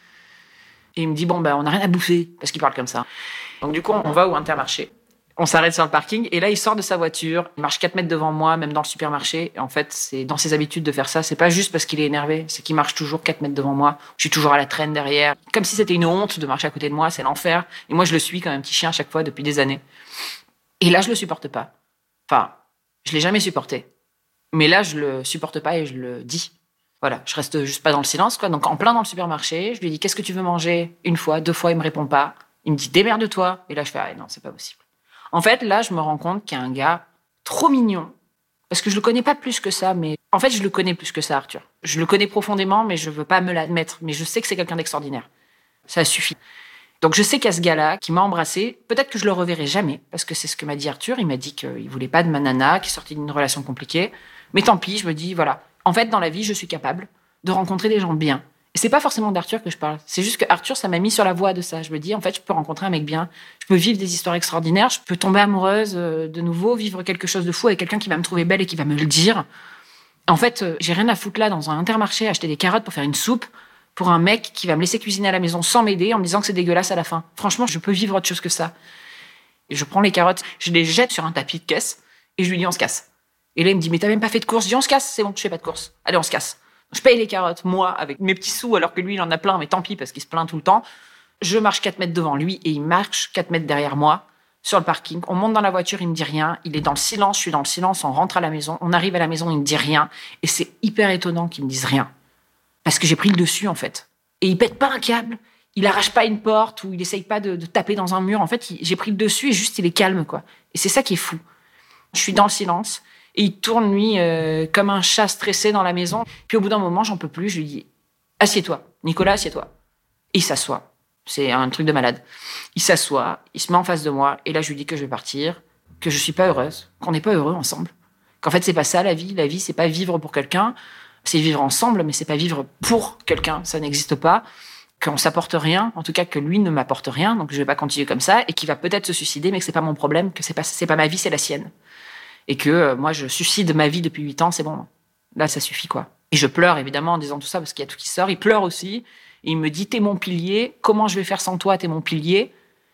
Et il me dit, bon, ben, on n'a rien à bouffer, parce qu'il parle comme ça. Donc du coup, on va au Intermarché. On s'arrête sur le parking et là, il sort de sa voiture. Il marche quatre mètres devant moi, même dans le supermarché. Et en fait, c'est dans ses habitudes de faire ça. C'est pas juste parce qu'il est énervé. C'est qu'il marche toujours quatre mètres devant moi. Je suis toujours à la traîne derrière. Comme si c'était une honte de marcher à côté de moi. C'est l'enfer. Et moi, je le suis comme un petit chien à chaque fois depuis des années. Et là, je le supporte pas. Enfin, je l'ai jamais supporté. Mais là, je le supporte pas et je le dis. Voilà. Je reste juste pas dans le silence, quoi. Donc, en plein dans le supermarché, je lui dis, qu'est-ce que tu veux manger? Une fois, deux fois, il me répond pas. Il me dit, démerde-toi. Et là, je fais, ah, non, c'est pas possible. En fait, là, je me rends compte qu'il y a un gars trop mignon. Parce que je le connais pas plus que ça, mais... En fait, je le connais plus que ça, Arthur. Je le connais profondément, mais je veux pas me l'admettre. Mais je sais que c'est quelqu'un d'extraordinaire. Ça suffit. Donc, je sais qu'il y a ce gars-là qui m'a embrassée. Peut-être que je le reverrai jamais, parce que c'est ce que m'a dit Arthur. Il m'a dit qu'il voulait pas de ma nana, qu'il sortait d'une relation compliquée. Mais tant pis, je me dis, voilà. En fait, dans la vie, je suis capable de rencontrer des gens bien. Et c'est pas forcément d'Arthur que je parle. C'est juste que Arthur, ça m'a mis sur la voie de ça. Je me dis, en fait, je peux rencontrer un mec bien. Je peux vivre des histoires extraordinaires. Je peux tomber amoureuse de nouveau, vivre quelque chose de fou avec quelqu'un qui va me trouver belle et qui va me le dire. En fait, j'ai rien à foutre là dans un Intermarché, acheter des carottes pour faire une soupe pour un mec qui va me laisser cuisiner à la maison sans m'aider en me disant que c'est dégueulasse à la fin. Franchement, je peux vivre autre chose que ça. Et je prends les carottes, je les jette sur un tapis de caisse et je lui dis, on se casse. Et là, il me dit, mais t'as même pas fait de course. Je dis, on se casse, c'est bon, je fais pas de course. Allez, on se casse. Je paye les carottes, moi, avec mes petits sous, alors que lui, il en a plein, mais tant pis, parce qu'il se plaint tout le temps. Je marche quatre mètres devant lui et il marche quatre mètres derrière moi, sur le parking. On monte dans la voiture, il me dit rien. Il est dans le silence, je suis dans le silence, on rentre à la maison. On arrive à la maison, il me dit rien. Et c'est hyper étonnant qu'il me dise rien. Parce que j'ai pris le dessus, en fait. Et il pète pas un câble, il arrache pas une porte, ou il essaye pas de, de taper dans un mur. En fait, il, j'ai pris le dessus et juste, il est calme, quoi. Et c'est ça qui est fou. Je suis dans le silence. Et il tourne, lui, euh, comme un chat stressé dans la maison. Puis au bout d'un moment, j'en peux plus. Je lui dis, assieds-toi. Nicolas, assieds-toi. Et il s'assoit. C'est un truc de malade. Il s'assoit, il se met en face de moi. Et là, je lui dis que je vais partir, que je suis pas heureuse, qu'on n'est pas heureux ensemble. Qu'en fait, c'est pas ça, la vie. La vie, c'est pas vivre pour quelqu'un. C'est vivre ensemble, mais c'est pas vivre pour quelqu'un. Ça n'existe pas. Qu'on s'apporte rien. En tout cas, que lui ne m'apporte rien. Donc, je vais pas continuer comme ça. Et qu'il va peut-être se suicider, mais que c'est pas mon problème, que c'est pas, c'est pas ma vie, c'est la sienne. Et que euh, moi, je suicide ma vie depuis huit ans, c'est bon. Là, ça suffit, quoi. Et je pleure, évidemment, en disant tout ça, parce qu'il y a tout qui sort. Il pleure aussi. Et il me dit, t'es mon pilier. Comment je vais faire sans toi? T'es mon pilier.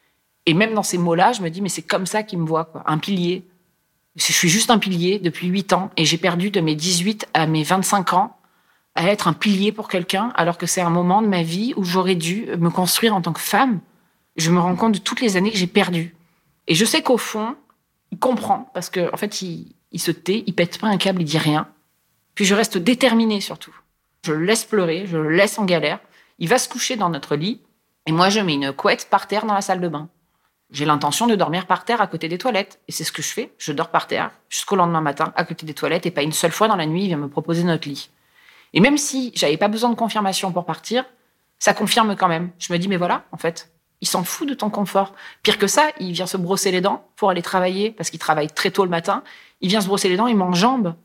Et même dans ces mots-là, je me dis, mais c'est comme ça qu'il me voit, quoi. Un pilier. Je suis juste un pilier depuis huit ans. Et j'ai perdu de mes dix-huit à mes vingt-cinq ans à être un pilier pour quelqu'un, alors que c'est un moment de ma vie où j'aurais dû me construire en tant que femme. Je me rends compte de toutes les années que j'ai perdues. Et je sais qu'au fond, il comprend, parce qu'en en fait, il, il se tait, il pète pas un câble, il dit rien. Puis je reste déterminée, surtout. Je le laisse pleurer, je le laisse en galère. Il va se coucher dans notre lit, et moi, je mets une couette par terre dans la salle de bain. J'ai l'intention de dormir par terre à côté des toilettes. Et c'est ce que je fais. Je dors par terre jusqu'au lendemain matin, à côté des toilettes, et pas une seule fois dans la nuit, il vient me proposer notre lit. Et même si j'avais pas besoin de confirmation pour partir, ça confirme quand même. Je me dis, mais voilà, en fait, il s'en fout de ton confort. Pire que ça, il vient se brosser les dents pour aller travailler, parce qu'il travaille très tôt le matin. Il vient se brosser les dents, il m'enjambe.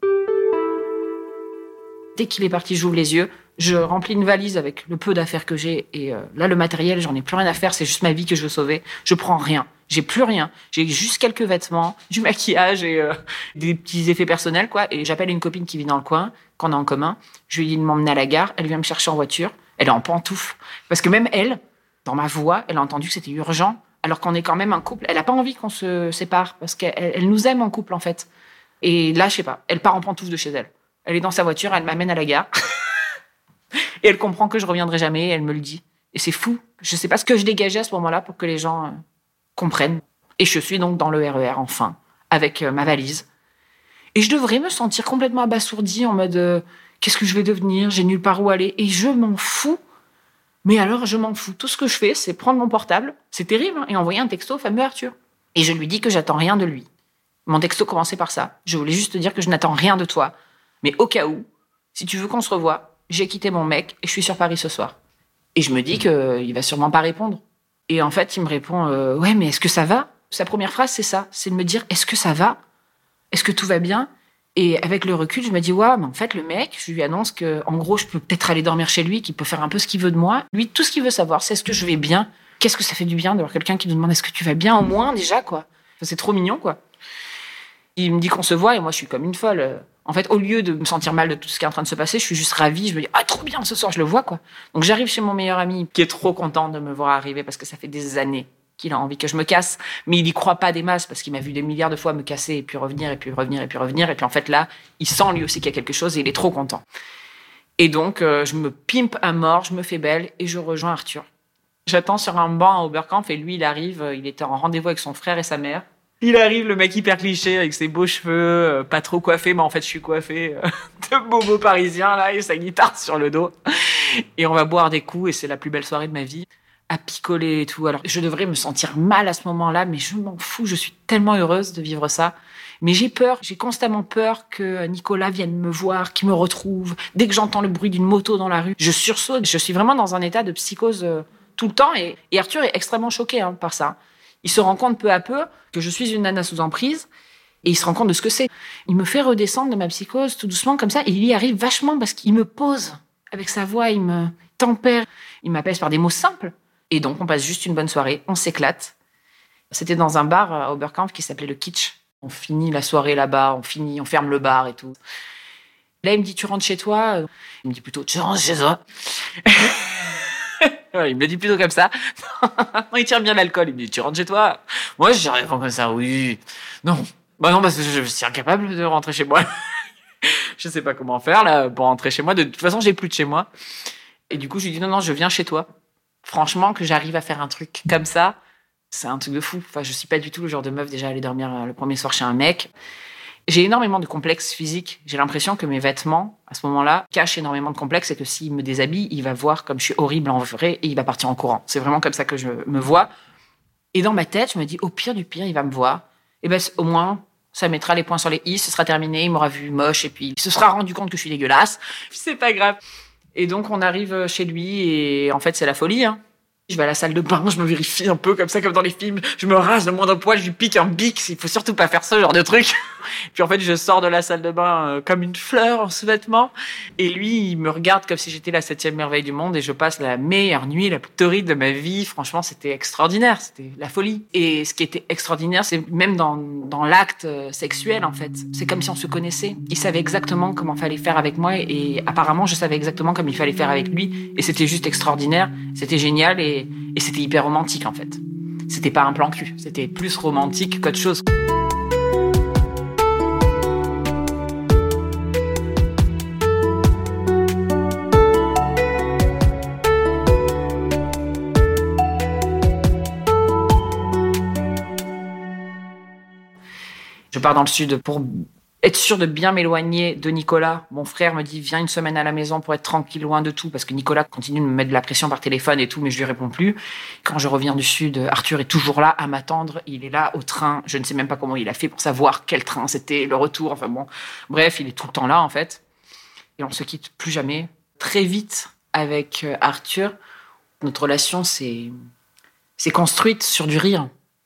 Dès qu'il est parti, j'ouvre les yeux, je remplis une valise avec le peu d'affaires que j'ai, et euh, là, le matériel, j'en ai plus rien à faire, c'est juste ma vie que je veux sauver. Je prends rien. J'ai plus rien. J'ai juste quelques vêtements, du maquillage et euh, des petits effets personnels, quoi. Et j'appelle une copine qui vit dans le coin, qu'on a en commun. Je lui dis de m'emmener à la gare. Elle vient me chercher en voiture. Elle est en pantoufles. Parce que même elle, dans ma voix, elle a entendu que c'était urgent. Alors qu'on est quand même un couple. Elle a pas envie qu'on se sépare. Parce qu'elle elle nous aime en couple, en fait. Et là, je sais pas. Elle part en pantoufles de chez elle. Elle est dans sa voiture. Elle m'amène à la gare. Et elle comprend que je reviendrai jamais. Elle me le dit. Et c'est fou. Je sais pas ce que je dégageais à ce moment-là pour que les gens... Euh, comprennent. Et je suis donc dans le R E R, enfin, avec euh, ma valise. Et je devrais me sentir complètement abasourdie en mode euh, qu'est-ce que je vais devenir ? J'ai nulle part où aller. Et je m'en fous. Mais alors, je m'en fous. Tout ce que je fais, c'est prendre mon portable, c'est terrible, hein, et envoyer un texto au fameux Arthur. Et je lui dis que j'attends rien de lui. Mon texto commençait par ça. Je voulais juste te dire que je n'attends rien de toi. Mais au cas où, si tu veux qu'on se revoie, j'ai quitté mon mec et je suis sur Paris ce soir. Et je me dis qu'il va sûrement pas répondre. Et en fait, il me répond euh, « Ouais, mais est-ce que ça va ?» Sa première phrase, c'est ça. C'est de me dire « Est-ce que ça va ? Est-ce que tout va bien ?» Et avec le recul, je me dis « Ouais, mais en fait, le mec, je lui annonce que, en gros, je peux peut-être aller dormir chez lui, qu'il peut faire un peu ce qu'il veut de moi. Lui, tout ce qu'il veut savoir, c'est est-ce que je vais bien ? Qu'est-ce que ça fait du bien d'avoir quelqu'un qui nous demande « Est-ce que tu vas bien ?» au moins, déjà, quoi. Enfin, c'est trop mignon, quoi. Il me dit qu'on se voit et moi, je suis comme une folle. En fait, au lieu de me sentir mal de tout ce qui est en train de se passer, je suis juste ravie. Je me dis, ah, trop bien, ce soir, je le vois, quoi. Donc, j'arrive chez mon meilleur ami, qui est trop content de me voir arriver parce que ça fait des années qu'il a envie que je me casse. Mais il y croit pas des masses parce qu'il m'a vu des milliards de fois me casser et puis revenir et puis revenir et puis revenir. Et puis, en fait, là, il sent lui aussi qu'il y a quelque chose et il est trop content. Et donc, euh, je me pimpe à mort, je me fais belle et je rejoins Arthur. J'attends sur un banc à Oberkampf et lui, il arrive, il était en rendez-vous avec son frère et sa mère. Il arrive, le mec hyper cliché, avec ses beaux cheveux, euh, pas trop coiffé, mais en fait, je suis coiffé euh, de bobo parisien, là, et sa guitare sur le dos. Et on va boire des coups, et c'est la plus belle soirée de ma vie, à picoler et tout. Alors, je devrais me sentir mal à ce moment-là, mais je m'en fous, je suis tellement heureuse de vivre ça. Mais j'ai peur, j'ai constamment peur que Nicolas vienne me voir, qu'il me retrouve. Dès que j'entends le bruit d'une moto dans la rue, je sursaute. Je suis vraiment dans un état de psychose euh, tout le temps, et, et Arthur est extrêmement choqué hein, par ça. Il se rend compte peu à peu que je suis une nana sous emprise et il se rend compte de ce que c'est. Il me fait redescendre de ma psychose tout doucement comme ça et il y arrive vachement parce qu'il me pose avec sa voix, il me tempère, il m'apaise par des mots simples. Et donc on passe juste une bonne soirée, on s'éclate. C'était dans un bar à Oberkampf qui s'appelait le Kitsch. On finit la soirée là-bas, on finit, on ferme le bar et tout. Là il me dit tu rentres chez toi. Il me dit plutôt tu rentres chez toi. Ouais, il me le dit plutôt comme ça. Non, il tire bien l'alcool. Il me dit, tu rentres chez toi? Moi, je dirais comme ça, oui. Non. Bah non, parce que je suis incapable de rentrer chez moi. Je sais pas comment faire, là, pour rentrer chez moi. De toute façon, j'ai plus de chez moi. Et du coup, je lui dis, non, non, je viens chez toi. Franchement, que j'arrive à faire un truc comme ça, c'est un truc de fou. Enfin, je suis pas du tout le genre de meuf déjà à aller dormir le premier soir chez un mec. J'ai énormément de complexes physiques. J'ai l'impression que mes vêtements, à ce moment-là, cachent énormément de complexes et que s'il me déshabille, il va voir comme je suis horrible en vrai et il va partir en courant. C'est vraiment comme ça que je me vois. Et dans ma tête, je me dis, au pire du pire, il va me voir. Et ben, au moins, ça mettra les points sur les i, ce sera terminé, il m'aura vu moche et puis il se sera rendu compte que je suis dégueulasse. C'est pas grave. Et donc, on arrive chez lui et en fait, c'est la folie, hein. Je vais à la salle de bain, je me vérifie un peu comme ça, comme dans les films. Je me rase le moindre poil, je lui pique un bic. Il faut surtout pas faire ce genre de truc. Puis en fait, je sors de la salle de bain euh, comme une fleur en sous-vêtements. Et lui, il me regarde comme si j'étais la septième merveille du monde. Et je passe la meilleure nuit, la plus torride de ma vie. Franchement, c'était extraordinaire. C'était la folie. Et ce qui était extraordinaire, c'est même dans, dans l'acte sexuel, en fait. C'est comme si on se connaissait. Il savait exactement comment fallait faire avec moi. Et apparemment, je savais exactement comment il fallait faire avec lui. Et c'était juste extraordinaire. C'était génial. Et Et c'était hyper romantique, en fait. C'était pas un plan cul. C'était plus romantique qu'autre chose. Je pars dans le sud pour être sûr de bien m'éloigner de Nicolas. Mon frère me dit, viens une semaine à la maison pour être tranquille, loin de tout, parce que Nicolas continue de me mettre de la pression par téléphone et tout, mais je lui réponds plus. Quand je reviens du sud, Arthur est toujours là à m'attendre. Il est là au train. Je ne sais même pas comment il a fait pour savoir quel train c'était, le retour. Enfin bon, bref, il est tout le temps là, en fait. Et on se quitte plus jamais. Très vite, avec Arthur, notre relation s'est, s'est construite sur du rire.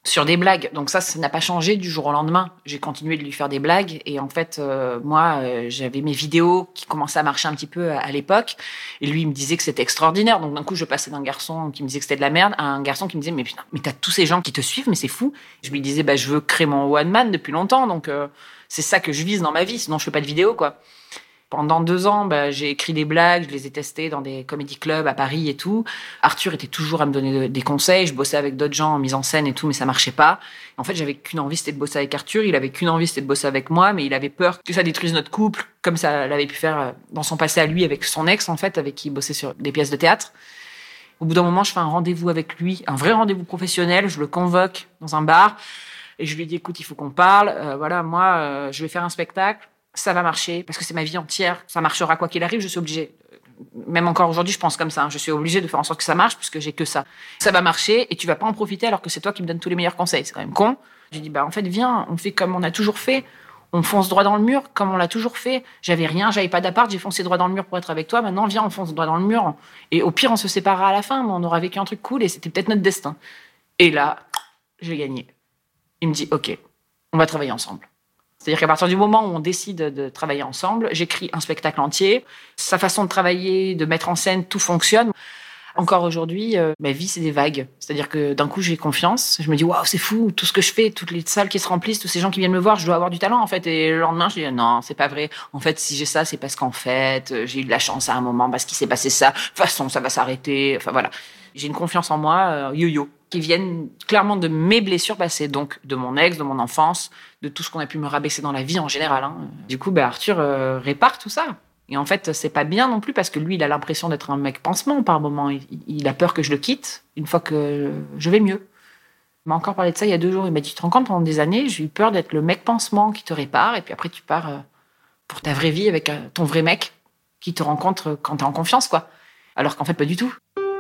sur des blagues. Donc ça, ça n'a pas changé du jour au lendemain. J'ai continué de lui faire des blagues. Et en fait, euh, moi, euh, j'avais mes vidéos qui commençaient à marcher un petit peu à, à l'époque. Et lui, il me disait que c'était extraordinaire. Donc d'un coup, je passais d'un garçon qui me disait que c'était de la merde à un garçon qui me disait « Mais putain, mais t'as tous ces gens qui te suivent, mais c'est fou. » Je lui disais bah, « Je veux créer mon one man depuis longtemps. Donc euh, c'est ça que je vise dans ma vie. Sinon, je fais pas de vidéos, quoi. » Pendant deux ans, bah, j'ai écrit des blagues, je les ai testées dans des comedy clubs à Paris et tout. Arthur était toujours à me donner des conseils. Je bossais avec d'autres gens en mise en scène et tout, mais ça marchait pas. En fait, j'avais qu'une envie, c'était de bosser avec Arthur. Il avait qu'une envie, c'était de bosser avec moi, mais il avait peur que ça détruise notre couple, comme ça l'avait pu faire dans son passé à lui avec son ex, en fait, avec qui il bossait sur des pièces de théâtre. Au bout d'un moment, je fais un rendez-vous avec lui, un vrai rendez-vous professionnel. Je le convoque dans un bar et je lui dis, écoute, il faut qu'on parle. Euh, voilà, moi, euh, je vais faire un spectacle. Ça va marcher, parce que c'est ma vie entière. Ça marchera quoi qu'il arrive, je suis obligée. Même encore aujourd'hui, je pense comme ça. Hein. Je suis obligée de faire en sorte que ça marche, puisque j'ai que ça. Ça va marcher, et tu vas pas en profiter alors que c'est toi qui me donnes tous les meilleurs conseils. C'est quand même con. J'ai dit, bah, en fait, viens, on fait comme on a toujours fait. On fonce droit dans le mur, comme on l'a toujours fait. J'avais rien, j'avais pas d'appart, j'ai foncé droit dans le mur pour être avec toi. Maintenant, viens, on fonce droit dans le mur. Et au pire, on se séparera à la fin, mais on aura vécu un truc cool, et c'était peut-être notre destin. Et là, j'ai gagné. Il me dit, OK, on va travailler ensemble. C'est-à-dire qu'à partir du moment où on décide de travailler ensemble, j'écris un spectacle entier. Sa façon de travailler, de mettre en scène, tout fonctionne. Encore aujourd'hui, euh, ma vie, c'est des vagues. C'est-à-dire que d'un coup, j'ai confiance. Je me dis, waouh, c'est fou, tout ce que je fais, toutes les salles qui se remplissent, tous ces gens qui viennent me voir, je dois avoir du talent, en fait. Et le lendemain, je dis, non, c'est pas vrai. En fait, si j'ai ça, c'est parce qu'en fait, j'ai eu de la chance à un moment, parce qu'il s'est passé ça. De toute façon, ça va s'arrêter. Enfin, voilà. J'ai une confiance en moi, euh, yo-yo, qui viennent clairement de mes blessures passées, donc de mon ex, de mon enfance, de tout ce qu'on a pu me rabaisser dans la vie en général. Hein. Du coup, bah, Arthur euh, répare tout ça. Et en fait, c'est pas bien non plus parce que lui, il a l'impression d'être un mec pansement par moment. Il, il a peur que je le quitte une fois que je vais mieux. Il m'a encore parlé de ça il y a deux jours. Il m'a dit, tu te rends compte, pendant des années, j'ai eu peur d'être le mec pansement qui te répare. Et puis après, tu pars euh, pour ta vraie vie avec euh, ton vrai mec qui te rencontre quand t'es en confiance, quoi. Alors qu'en fait, pas du tout.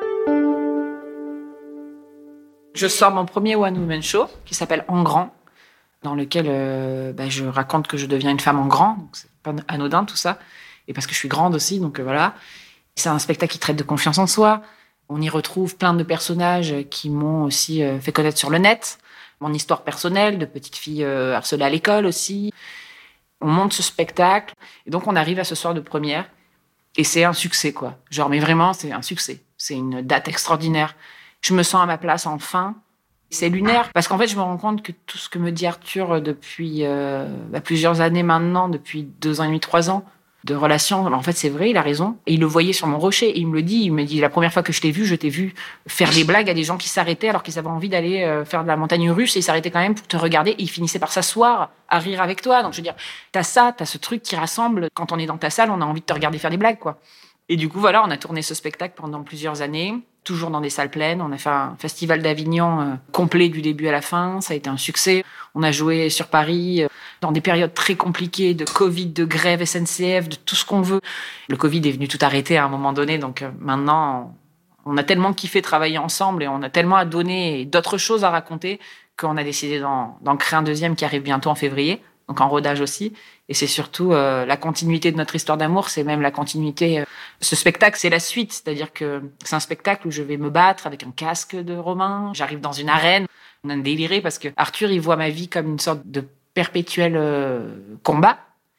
Je sors mon premier one-woman show qui s'appelle En Grand, dans lequel euh, bah, je raconte que je deviens une femme en grand. Donc c'est pas anodin tout ça. Et parce que je suis grande aussi, donc euh, voilà. C'est un spectacle qui traite de confiance en soi. On y retrouve plein de personnages qui m'ont aussi euh, fait connaître sur le net. Mon histoire personnelle de petite fille euh, harcelée à l'école aussi. On monte ce spectacle. Et donc on arrive à ce soir de première. Et c'est un succès, quoi. Genre, mais vraiment, c'est un succès. C'est une date extraordinaire. Je me sens à ma place enfin. C'est lunaire parce qu'en fait, je me rends compte que tout ce que me dit Arthur depuis euh, bah, plusieurs années maintenant, depuis deux ans et demi, trois ans de relation, bah, en fait, c'est vrai, il a raison. Et il le voyait sur mon rocher. Et il me le dit. Il me dit, la première fois que je t'ai vu, je t'ai vu faire des blagues à des gens qui s'arrêtaient alors qu'ils avaient envie d'aller euh, faire de la montagne russe et ils s'arrêtaient quand même pour te regarder. Et ils finissaient par s'asseoir à rire avec toi. Donc, je veux dire, t'as ça, t'as ce truc qui rassemble. Quand on est dans ta salle, on a envie de te regarder faire des blagues, quoi. Et du coup, voilà, on a tourné ce spectacle pendant plusieurs années, toujours dans des salles pleines. On a fait un festival d'Avignon euh, complet du début à la fin. Ça a été un succès. On a joué sur Paris euh, dans des périodes très compliquées de Covid, de grève S N C F, de tout ce qu'on veut. Le Covid est venu tout arrêter à un moment donné. Donc euh, maintenant, on a tellement kiffé travailler ensemble et on a tellement à donner et d'autres choses à raconter qu'on a décidé d'en, d'en créer un deuxième qui arrive bientôt en février. Donc en rodage aussi. Et c'est surtout euh, la continuité de notre histoire d'amour, c'est même la continuité. Euh, ce spectacle, c'est la suite, c'est-à-dire que c'est un spectacle où je vais me battre avec un casque de Romain, j'arrive dans une arène, on a déliré parce que Arthur, il voit ma vie comme une sorte de perpétuel euh, combat.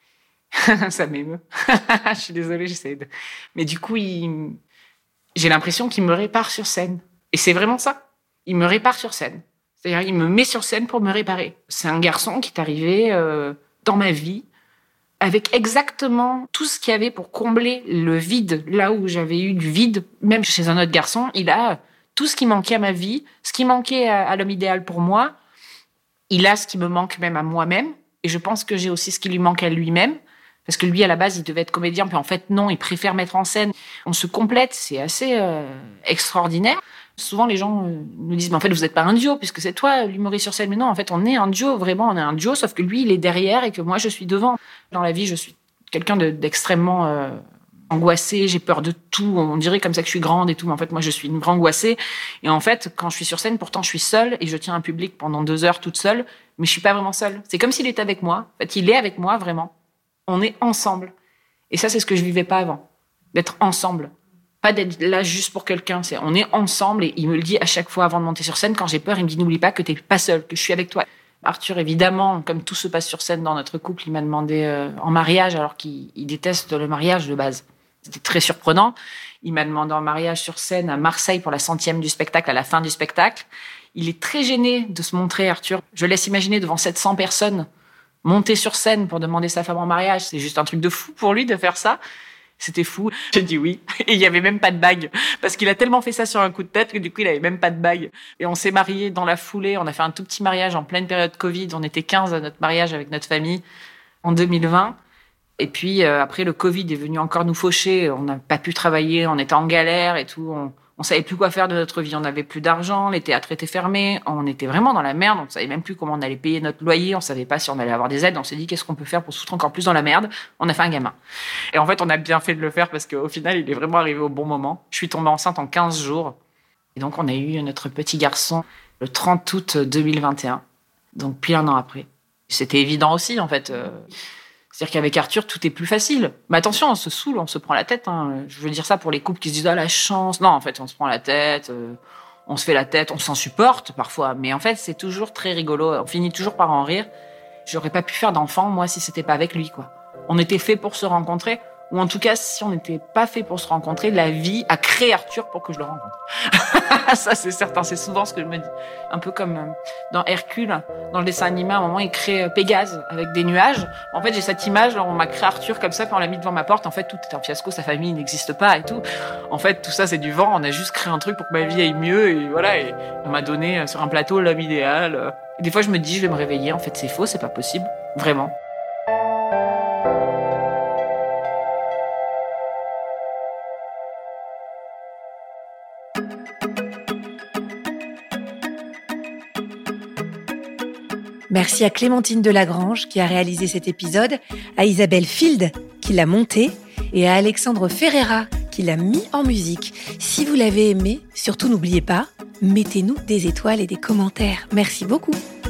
Ça m'émeut. Je suis désolée, j'essaie de... Mais du coup, il... j'ai l'impression qu'il me répare sur scène. Et c'est vraiment ça. Il me répare sur scène. C'est-à-dire, il me met sur scène pour me réparer. C'est un garçon qui est arrivé euh, dans ma vie avec exactement tout ce qu'il y avait pour combler le vide. Là où j'avais eu du vide, même chez un autre garçon, il a tout ce qui manquait à ma vie, ce qui manquait à, à l'homme idéal pour moi. Il a ce qui me manque même à moi-même. Et je pense que j'ai aussi ce qui lui manque à lui-même. Parce que lui, à la base, il devait être comédien. Puis en fait, non, il préfère mettre en scène. On se complète. C'est assez euh, extraordinaire. Souvent, les gens nous disent, mais en fait, vous n'êtes pas un duo, puisque c'est toi, l'humoriste sur scène. Mais non, en fait, on est un duo, vraiment, on est un duo, sauf que lui, il est derrière et que moi, je suis devant. Dans la vie, je suis quelqu'un de, d'extrêmement euh, angoissé, j'ai peur de tout. On dirait comme ça que je suis grande et tout, mais en fait, moi, je suis une grande angoissée. Et en fait, quand je suis sur scène, pourtant, je suis seule et je tiens un public pendant deux heures toute seule, mais je suis pas vraiment seule. C'est comme s'il était avec moi. En fait, il est avec moi, vraiment. On est ensemble. Et ça, c'est ce que je vivais pas avant. D'être ensemble. Pas d'être là juste pour quelqu'un. C'est, on est ensemble et il me le dit à chaque fois avant de monter sur scène. Quand j'ai peur, il me dit n'oublie pas que t'es pas seul, que je suis avec toi. Arthur, évidemment, comme tout se passe sur scène dans notre couple, il m'a demandé euh, en mariage alors qu'il il déteste le mariage de base. C'était très surprenant. Il m'a demandé en mariage sur scène à Marseille pour la centième du spectacle, à la fin du spectacle. Il est très gêné de se montrer, Arthur. Je laisse imaginer devant sept cents personnes monter sur scène pour demander sa femme en mariage. C'est juste un truc de fou pour lui de faire ça. C'était fou. J'ai dit oui. Et il n'y avait même pas de bague. Parce qu'il a tellement fait ça sur un coup de tête que du coup, il n'avait même pas de bague. Et on s'est mariés dans la foulée. On a fait un tout petit mariage en pleine période Covid. On était quinze à notre mariage avec notre famille en deux mille vingt. Et puis, euh, après, le Covid est venu encore nous faucher. On n'a pas pu travailler. On était en galère et tout. On, on savait plus quoi faire de notre vie. On n'avait plus d'argent. Les théâtres étaient fermés. On était vraiment dans la merde. On ne savait même plus comment on allait payer notre loyer. On savait pas si on allait avoir des aides. On s'est dit, qu'est-ce qu'on peut faire pour se foutre encore plus dans la merde? On a fait un gamin. Et en fait, on a bien fait de le faire parce qu'au final, il est vraiment arrivé au bon moment. Je suis tombée enceinte en quinze jours. Et donc, on a eu notre petit garçon le trente août deux mille vingt et un. Donc, plus un an après. C'était évident aussi, en fait. C'est-à-dire qu'avec Arthur, tout est plus facile. Mais attention, on se saoule, on se prend la tête. Hein. Je veux dire ça pour les couples qui se disent « Ah, la chance !» Non, en fait, on se prend la tête, euh, on se fait la tête, on s'en supporte parfois. Mais en fait, c'est toujours très rigolo. On finit toujours par en rire. J'aurais pas pu faire d'enfant, moi, si c'était pas avec lui, quoi. On était fait pour se rencontrer. Ou en tout cas, si on n'était pas fait pour se rencontrer, la vie a créé Arthur pour que je le rencontre. Ça, c'est certain. C'est souvent ce que je me dis. Un peu comme dans Hercule, dans le dessin animé, à un moment, il crée Pégase avec des nuages. En fait, j'ai cette image, on m'a créé Arthur comme ça, puis on l'a mis devant ma porte. En fait, tout est un fiasco, sa famille n'existe pas et tout. En fait, tout ça, c'est du vent. On a juste créé un truc pour que ma vie aille mieux. Et voilà, et on m'a donné sur un plateau l'homme idéal. Et des fois, je me dis, je vais me réveiller. En fait, c'est faux, c'est pas possible. Vraiment. Merci à Clémentine Delagrange qui a réalisé cet épisode, à Isabelle Field qui l'a monté et à Alexandre Ferreira qui l'a mis en musique. Si vous l'avez aimé, surtout n'oubliez pas, mettez-nous des étoiles et des commentaires. Merci beaucoup.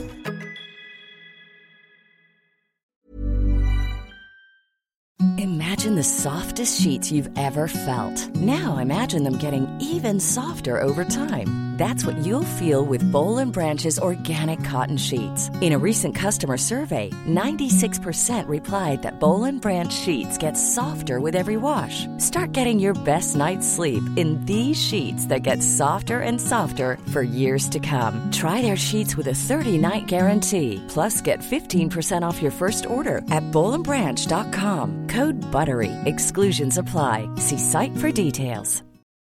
Imagine the softest sheets you've ever felt. Now imagine them getting even softer over time. That's what you'll feel with Boll and Branch's organic cotton sheets. In a recent customer survey, ninety-six percent replied that Boll and Branch sheets get softer with every wash. Start getting your best night's sleep in these sheets that get softer and softer for years to come. Try their sheets with a thirty-night guarantee. Plus, get fifteen percent off your first order at boll and branch dot com. Code BUTTERY. Exclusions apply. See site for details.